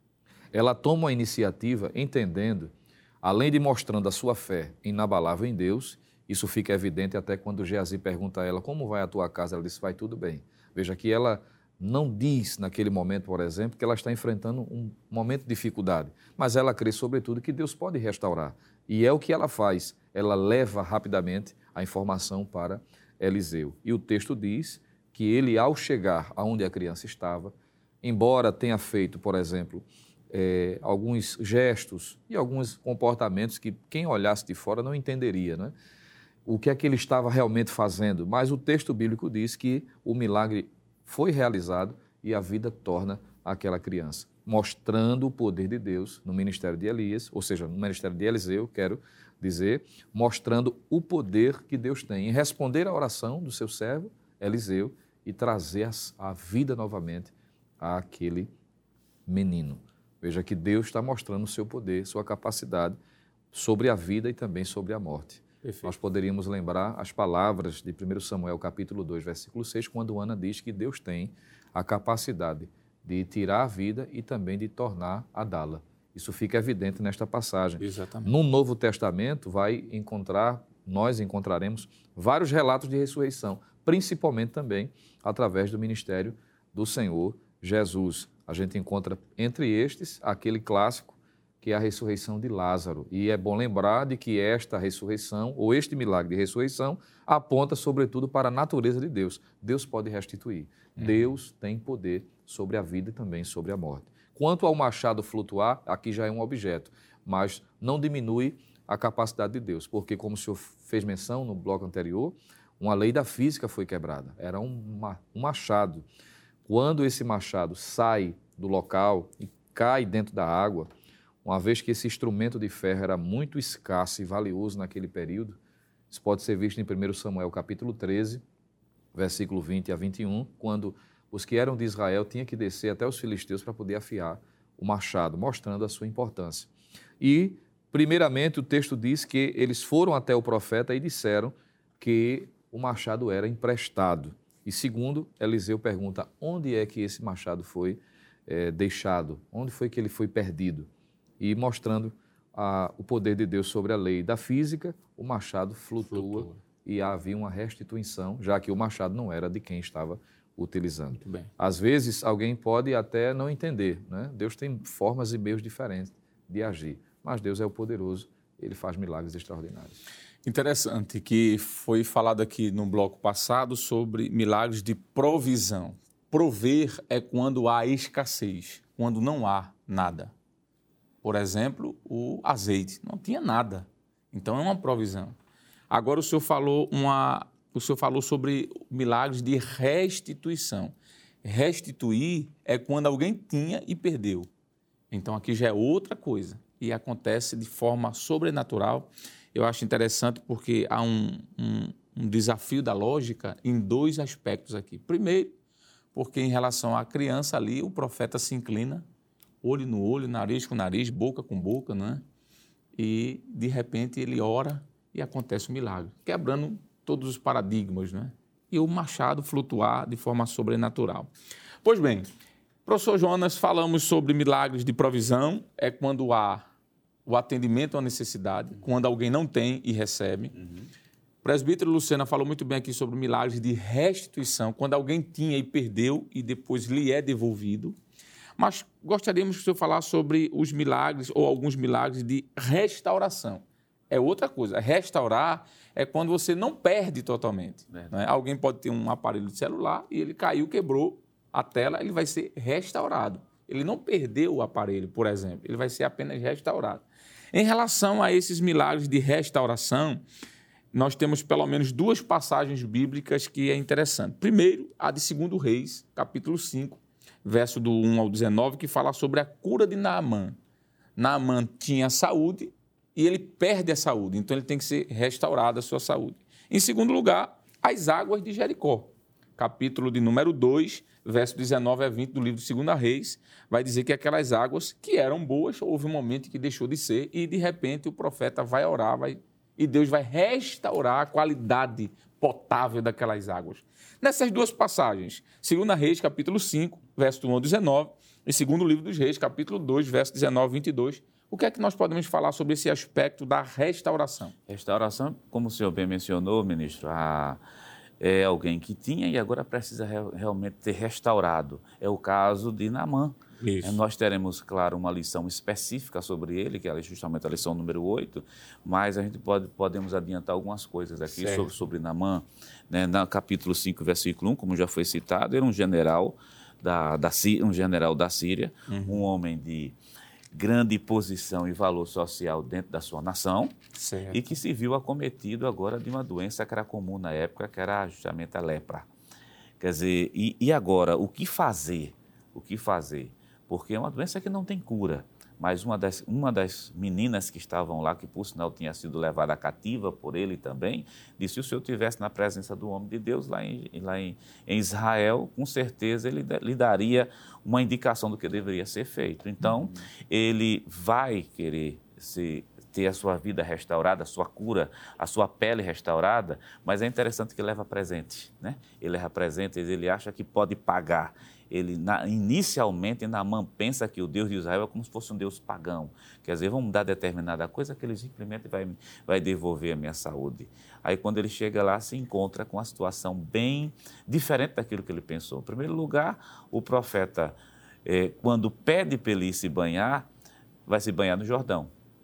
ela toma a iniciativa entendendo, além de mostrando a sua fé inabalável em Deus, isso fica evidente até quando Geazi pergunta a ela, como vai a tua casa? Ela diz, vai tudo bem. Veja que ela não diz naquele momento, por exemplo, que ela está enfrentando um momento de dificuldade, mas ela crê, sobretudo, que Deus pode restaurar. E é o que ela faz. Ela leva rapidamente a informação para Eliseu. E o texto diz que ele, ao chegar aonde a criança estava, embora tenha feito, por exemplo, é, alguns gestos e alguns comportamentos que quem olhasse de fora não entenderia, né? O que é que ele estava realmente fazendo, mas o texto bíblico diz que o milagre foi realizado e a vida torna aquela criança, mostrando o poder de Deus no ministério de Elias, ou seja, no ministério de Eliseu, quero dizer, mostrando o poder que Deus tem em responder à oração do seu servo, Eliseu, e trazer a vida novamente àquele menino. Veja que Deus está mostrando o seu poder, sua capacidade sobre a vida e também sobre a morte. Perfeito. Nós poderíamos lembrar as palavras de primeiro Samuel, capítulo dois, versículo seis, quando Ana diz que Deus tem a capacidade de tirar a vida e também de tornar a dá-la. Isso fica evidente nesta passagem. Exatamente. No Novo Testamento vai encontrar, nós encontraremos vários relatos de ressurreição, principalmente também através do ministério do Senhor Jesus. A gente encontra entre estes aquele clássico que é a ressurreição de Lázaro. E é bom lembrar de que esta ressurreição, ou este milagre de ressurreição, aponta sobretudo para a natureza de Deus. Deus pode restituir. Hum. Deus tem poder sobre a vida e também sobre a morte. Quanto ao machado flutuar, aqui já é um objeto, mas não diminui a capacidade de Deus, porque, como o senhor fez menção no bloco anterior, uma lei da física foi quebrada. Era um, um machado. Quando esse machado sai do local e cai dentro da água, uma vez que esse instrumento de ferro era muito escasso e valioso naquele período, Isso pode ser visto em primeiro Samuel, capítulo treze, versículo vinte a vinte e um, quando os que eram de Israel tinham que descer até os filisteus para poder afiar o machado, mostrando a sua importância. E, primeiramente, o texto diz que eles foram até o profeta e disseram que o machado era emprestado. E segundo, Eliseu pergunta, onde é que esse machado foi é, deixado? Onde foi que ele foi perdido? E mostrando a, o poder de Deus sobre a lei da física, o machado flutua, flutua. E havia uma restituição, já que o machado não era de quem estava utilizando. Muito bem. Às vezes, alguém pode até não entender, né? Deus tem formas e meios diferentes de agir, mas Deus é o poderoso, Ele faz milagres extraordinários. Interessante que foi falado aqui no bloco passado sobre milagres de provisão. Prover é quando há escassez, quando não há nada. Por exemplo, o azeite, não tinha nada, então é uma provisão. Agora o senhor falou, uma, o senhor falou sobre milagres de restituição. Restituir é quando alguém tinha e perdeu. Então aqui já é outra coisa e acontece de forma sobrenatural. Eu acho interessante porque há um, um, um desafio da lógica em dois aspectos aqui. Primeiro, porque em relação à criança ali, o profeta se inclina, olho no olho, nariz com nariz, boca com boca, né? E de repente ele ora e acontece um milagre, quebrando todos os paradigmas, né? E o machado flutuar de forma sobrenatural. Pois bem, professor Jonas, falamos sobre milagres de provisão, é quando há o atendimento à necessidade, quando alguém não tem e recebe. Uhum. O presbítero Lucena falou muito bem aqui sobre milagres de restituição, quando alguém tinha e perdeu e depois lhe é devolvido. Mas gostaríamos que o senhor falasse sobre os milagres ou alguns milagres de restauração. É outra coisa. Restaurar é quando você não perde totalmente. Né? Alguém pode ter um aparelho de celular e ele caiu, quebrou a tela, ele vai ser restaurado. Ele não perdeu o aparelho, por exemplo, ele vai ser apenas restaurado. Em relação a esses milagres de restauração, nós temos pelo menos duas passagens bíblicas que é interessante. Primeiro, a de Segundo Reis, capítulo cinco, verso do um ao dezenove, que fala sobre a cura de Naamã. Naamã tinha saúde e ele perde a saúde, então ele tem que ser restaurada a sua saúde. Em segundo lugar, as águas de Jericó, capítulo de número dois, verso dezenove a vinte do livro de Segunda Reis, vai dizer que aquelas águas que eram boas, houve um momento que deixou de ser e, de repente, o profeta vai orar vai, e Deus vai restaurar a qualidade potável daquelas águas. Nessas duas passagens, Segunda Reis, capítulo cinco, verso um ao dezenove, e Segundo Livro dos Reis, capítulo dois, verso dezenove a vinte e dois, o que é que nós podemos falar sobre esse aspecto da restauração? Restauração, como o senhor bem mencionou, ministro, a... é alguém que tinha e agora precisa re- realmente ser restaurado. É o caso de Naamã. É, nós teremos, claro, uma lição específica sobre ele, que é justamente a lição número oito, mas a gente pode, podemos adiantar algumas coisas aqui sobre, sobre Naamã. Né? No capítulo cinco, versículo um, como já foi citado, era um general da, da, um general da Síria, uhum. um homem de grande posição e valor social dentro da sua nação, certo. E que se viu acometido agora de uma doença que era comum na época, que era justamente a lepra. Quer dizer, e, e agora, o que fazer? O que fazer? Porque é uma doença que não tem cura, mas uma das, uma das meninas que estavam lá, que por sinal tinha sido levada cativa por ele também, disse que se o senhor estivesse na presença do homem de Deus lá em, lá em, em Israel, com certeza ele lhe daria uma indicação do que deveria ser feito. Então, uhum. ele vai querer se, ter a sua vida restaurada, a sua cura, a sua pele restaurada, mas é interessante que ele leva presente, né? Ele leva presente, ele acha que pode pagar. Ele, na, inicialmente, Naamã pensa que o Deus de Israel é como se fosse um Deus pagão. Quer dizer, vamos dar determinada coisa que ele simplesmente vai, vai devolver a minha saúde. Aí, quando ele chega lá, se encontra com uma situação bem diferente daquilo que ele pensou. Em primeiro lugar, o profeta, eh, quando pede para ele se banhar, vai se banhar no Jordão.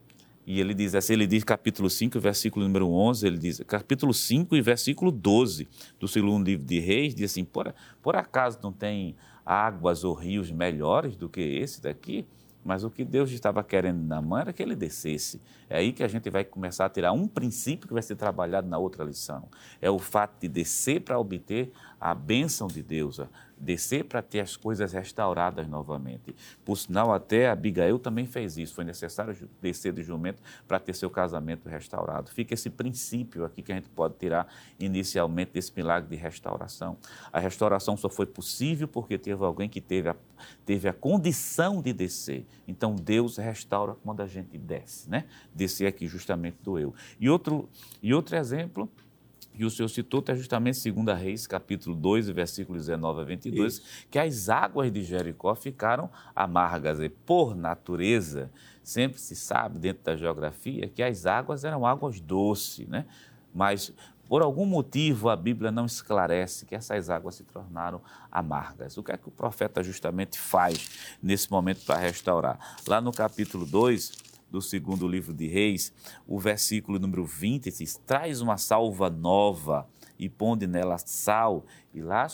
E ele diz assim, ele diz capítulo cinco, versículo número onze, ele diz, capítulo cinco e versículo doze do segundo livro de Reis, diz assim, por, por acaso não tem águas ou rios melhores do que esse daqui? Mas o que Deus estava querendo na mão era que ele descesse. É aí que a gente vai começar a tirar um princípio que vai ser trabalhado na outra lição. É o fato de descer para obter a bênção de Deus, descer para ter as coisas restauradas novamente. Por sinal, até Abigail também fez isso. Foi necessário descer do jumento para ter seu casamento restaurado. Fica esse princípio aqui que a gente pode tirar inicialmente desse milagre de restauração. A restauração só foi possível porque teve alguém que teve a, teve a condição de descer. Então, Deus restaura quando a gente desce, né? Descer aqui justamente do eu. E outro, e outro exemplo que o senhor citou é justamente segunda Reis, capítulo dois, versículos dezenove a vinte e dois, Isso. que as águas de Jericó ficaram amargas. E, por natureza, sempre se sabe dentro da geografia que as águas eram águas doces, né? Mas, por algum motivo, a Bíblia não esclarece que essas águas se tornaram amargas. O que é que o profeta justamente faz nesse momento para restaurar? Lá no capítulo dois... do segundo livro de Reis, o versículo número vinte diz: traz uma salva nova e ponde nela sal, e lá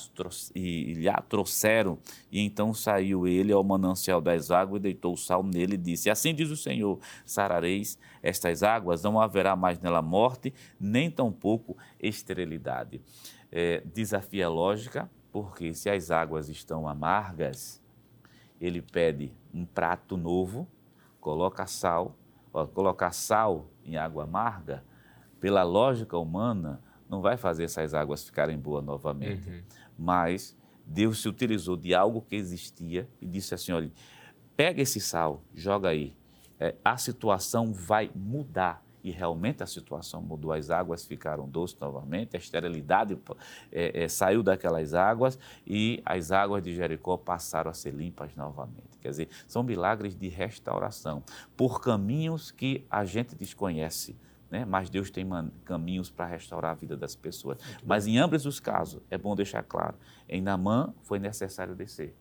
e lhe a trouxeram, e então saiu ele ao manancial das águas e deitou o sal nele e disse: assim diz o Senhor, sarareis estas águas, não haverá mais nela morte, nem tampouco esterilidade. É, desafia a lógica, porque se as águas estão amargas, ele pede um prato novo, coloca sal, ó, colocar sal em água amarga, pela lógica humana, não vai fazer essas águas ficarem boas novamente. Uhum. Mas Deus se utilizou de algo que existia e disse assim, olha, pega esse sal, joga aí, é, a situação vai mudar. E realmente a situação mudou, as águas ficaram doces novamente, a esterilidade é, é, saiu daquelas águas e as águas de Jericó passaram a ser limpas novamente. Quer dizer, são milagres de restauração, por caminhos que a gente desconhece, né? Mas Deus tem caminhos para restaurar a vida das pessoas. Muito Mas bem. Em ambos os casos, é bom deixar claro, em Naamã foi necessário descer,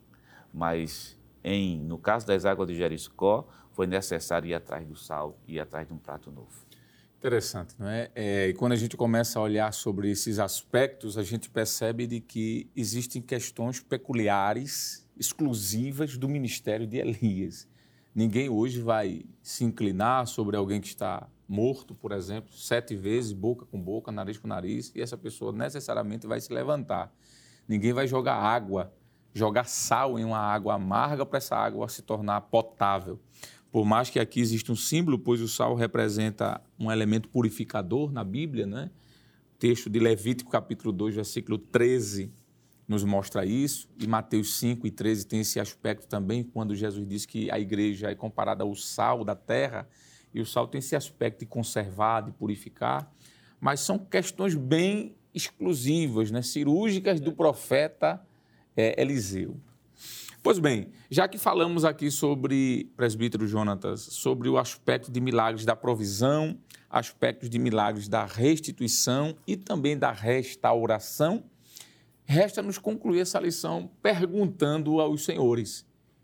mas em, no caso das águas de Jericó, foi necessário ir atrás do sal e ir atrás de um prato novo. Interessante, não é? é? E quando a gente começa a olhar sobre esses aspectos, a gente percebe de que existem questões peculiares, exclusivas do ministério de Elias. Ninguém hoje vai se inclinar sobre alguém que está morto, por exemplo, sete vezes, boca com boca, nariz com nariz, e essa pessoa necessariamente vai se levantar. Ninguém vai jogar água, jogar sal em uma água amarga para essa água se tornar potável. Por mais que aqui exista um símbolo, pois o sal representa um elemento purificador na Bíblia, né? O texto de Levítico, capítulo dois, versículo treze, nos mostra isso. E Mateus cinco e treze tem esse aspecto também, quando Jesus diz que a igreja é comparada ao sal da terra, e o sal tem esse aspecto de conservar, de purificar, mas são questões bem exclusivas, né? Cirúrgicas do profeta é, Eliseu. Pois bem, já que falamos aqui sobre, presbítero Jonatas, sobre o aspecto de milagres da provisão, aspectos de milagres da restituição e também da restauração, resta-nos concluir essa lição perguntando aos senhores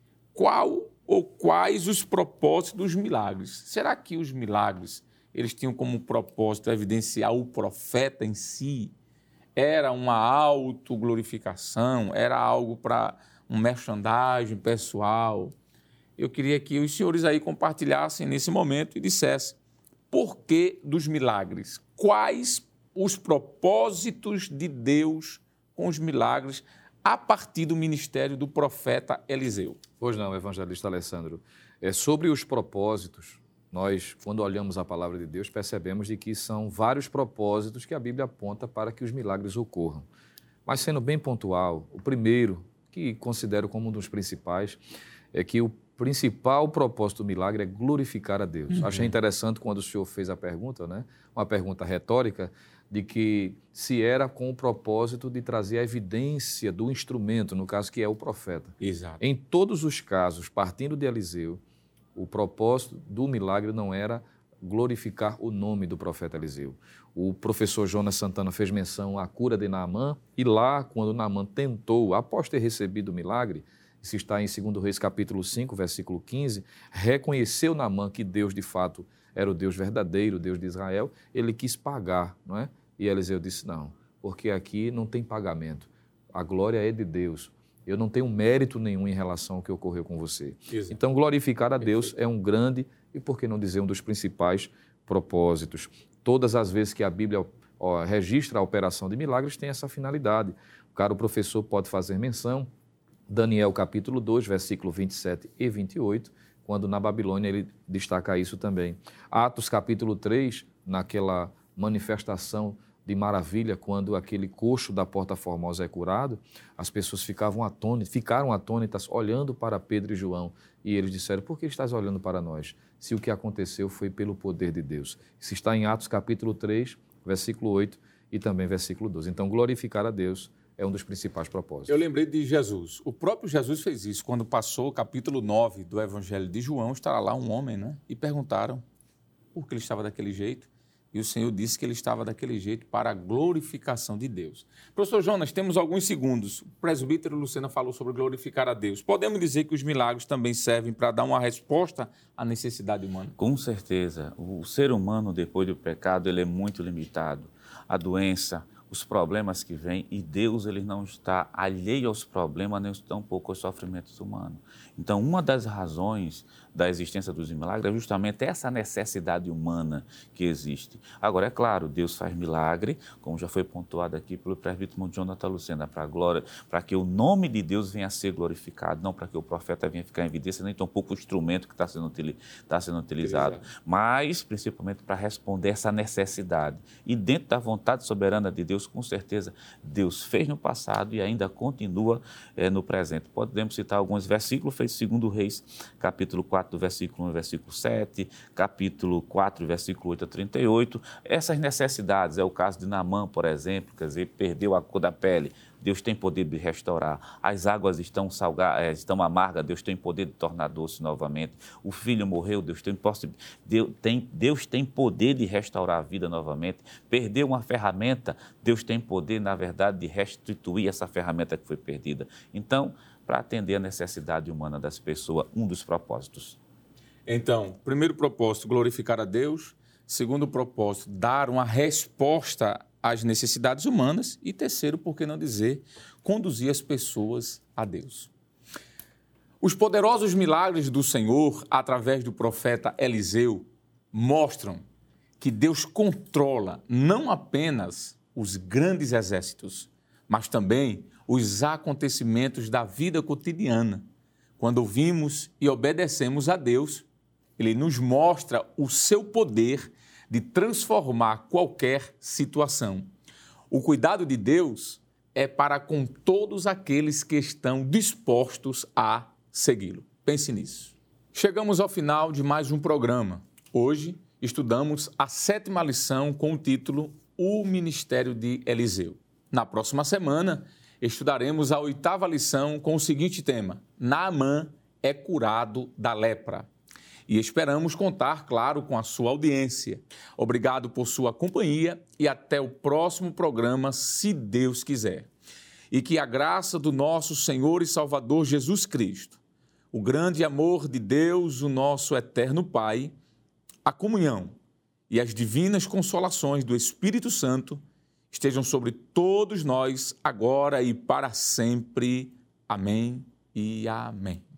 qual ou quais os propósitos dos milagres. Será que os milagres eles tinham como propósito evidenciar o profeta em si? Era uma autoglorificação? Era algo para um merchandising pessoal? Eu queria que os senhores aí compartilhassem nesse momento e dissessem por que dos milagres? Quais os propósitos de Deus com os milagres a partir do ministério do profeta Eliseu? Pois não, evangelista Alessandro. É, sobre os propósitos, nós, quando olhamos a palavra de Deus, percebemos de que são vários propósitos que a Bíblia aponta para que os milagres ocorram. Mas, sendo bem pontual, o primeiro, que considero como um dos principais, é que o principal propósito do milagre é glorificar a Deus. Uhum. Achei interessante quando o senhor fez a pergunta, né? Uma pergunta retórica, de que se era com o propósito de trazer a evidência do instrumento, no caso que é o profeta. Exato. Em todos os casos, partindo de Eliseu, o propósito do milagre não era glorificar o nome do profeta Eliseu. O professor Jonas Santana fez menção à cura de Naamã, e lá, quando Naamã tentou, após ter recebido o milagre, isso está em segundo Reis capítulo cinco, versículo quinze, reconheceu Naamã que Deus, de fato, era o Deus verdadeiro, o Deus de Israel, ele quis pagar, não é? E Eliseu disse, não, porque aqui não tem pagamento, a glória é de Deus, eu não tenho mérito nenhum em relação ao que ocorreu com você. Exato. Então, glorificar a Deus Perfeito. É um grande, e por que não dizer, um dos principais propósitos. Todas as vezes que a Bíblia ó, registra a operação de milagres tem essa finalidade. O cara, o professor, pode fazer menção, Daniel capítulo dois, versículo vinte e sete e vinte e oito, quando na Babilônia ele destaca isso também. Atos capítulo três, naquela manifestação de maravilha, quando aquele coxo da Porta Formosa é curado, as pessoas ficavam atônitas, ficaram atônitas olhando para Pedro e João, e eles disseram: por que estás olhando para nós, se o que aconteceu foi pelo poder de Deus? Isso está em Atos capítulo três, versículo oito e também versículo doze. Então, glorificar a Deus é um dos principais propósitos. Eu lembrei de Jesus. O próprio Jesus fez isso. Quando passou o capítulo nove do Evangelho de João, estava lá um homem, né? E perguntaram por que ele estava daquele jeito. E o Senhor disse que ele estava daquele jeito para a glorificação de Deus. Professor Jonas, temos alguns segundos. O presbítero Lucena falou sobre glorificar a Deus. Podemos dizer que os milagres também servem para dar uma resposta à necessidade humana? Com certeza. O ser humano, depois do pecado, ele é muito limitado. A doença, os problemas que vêm, e Deus ele não está alheio aos problemas, nem tampouco aos sofrimentos humanos. Então, uma das razões da existência dos milagres é justamente essa necessidade humana que existe. Agora, é claro, Deus faz milagre, como já foi pontuado aqui pelo presbítero Jonathan Lucena, para a glória, para que o nome de Deus venha a ser glorificado, não para que o profeta venha ficar em evidência, nem tampouco o instrumento que está sendo, está sendo utilizado, Exato. mas principalmente para responder essa necessidade. E dentro da vontade soberana de Deus, com certeza, Deus fez no passado e ainda continua é, no presente. Podemos citar alguns versículos feitos segundo Reis, capítulo quatro, do versículo um ao versículo sete, capítulo quatro, versículo oito a trinta e oito. Essas necessidades, é o caso de Naamã, por exemplo, quer dizer, perdeu a cor da pele, Deus tem poder de restaurar. As águas estão, salgadas, estão amargas, Deus tem poder de tornar doce novamente. O filho morreu, Deus tem, Deus tem, Deus tem poder de restaurar a vida novamente. Perdeu uma ferramenta, Deus tem poder, na verdade, de restituir essa ferramenta que foi perdida. Então, para atender a necessidade humana das pessoas, um dos propósitos. Então, primeiro propósito, glorificar a Deus. Segundo propósito, dar uma resposta às necessidades humanas. E terceiro, por que não dizer, conduzir as pessoas a Deus. Os poderosos milagres do Senhor, através do profeta Eliseu, mostram que Deus controla não apenas os grandes exércitos, mas também os acontecimentos da vida cotidiana. Quando ouvimos e obedecemos a Deus, Ele nos mostra o seu poder de transformar qualquer situação. O cuidado de Deus é para com todos aqueles que estão dispostos a segui-lo. Pense nisso. Chegamos ao final de mais um programa. Hoje estudamos a sétima lição com o título O Ministério de Eliseu. Na próxima semana, estudaremos a oitava lição com o seguinte tema: Naamã é curado da lepra. E esperamos contar, claro, com a sua audiência. Obrigado por sua companhia e até o próximo programa, se Deus quiser. E que a graça do nosso Senhor e Salvador Jesus Cristo, o grande amor de Deus, o nosso eterno Pai, a comunhão e as divinas consolações do Espírito Santo estejam sobre todos nós, agora e para sempre. Amém e amém.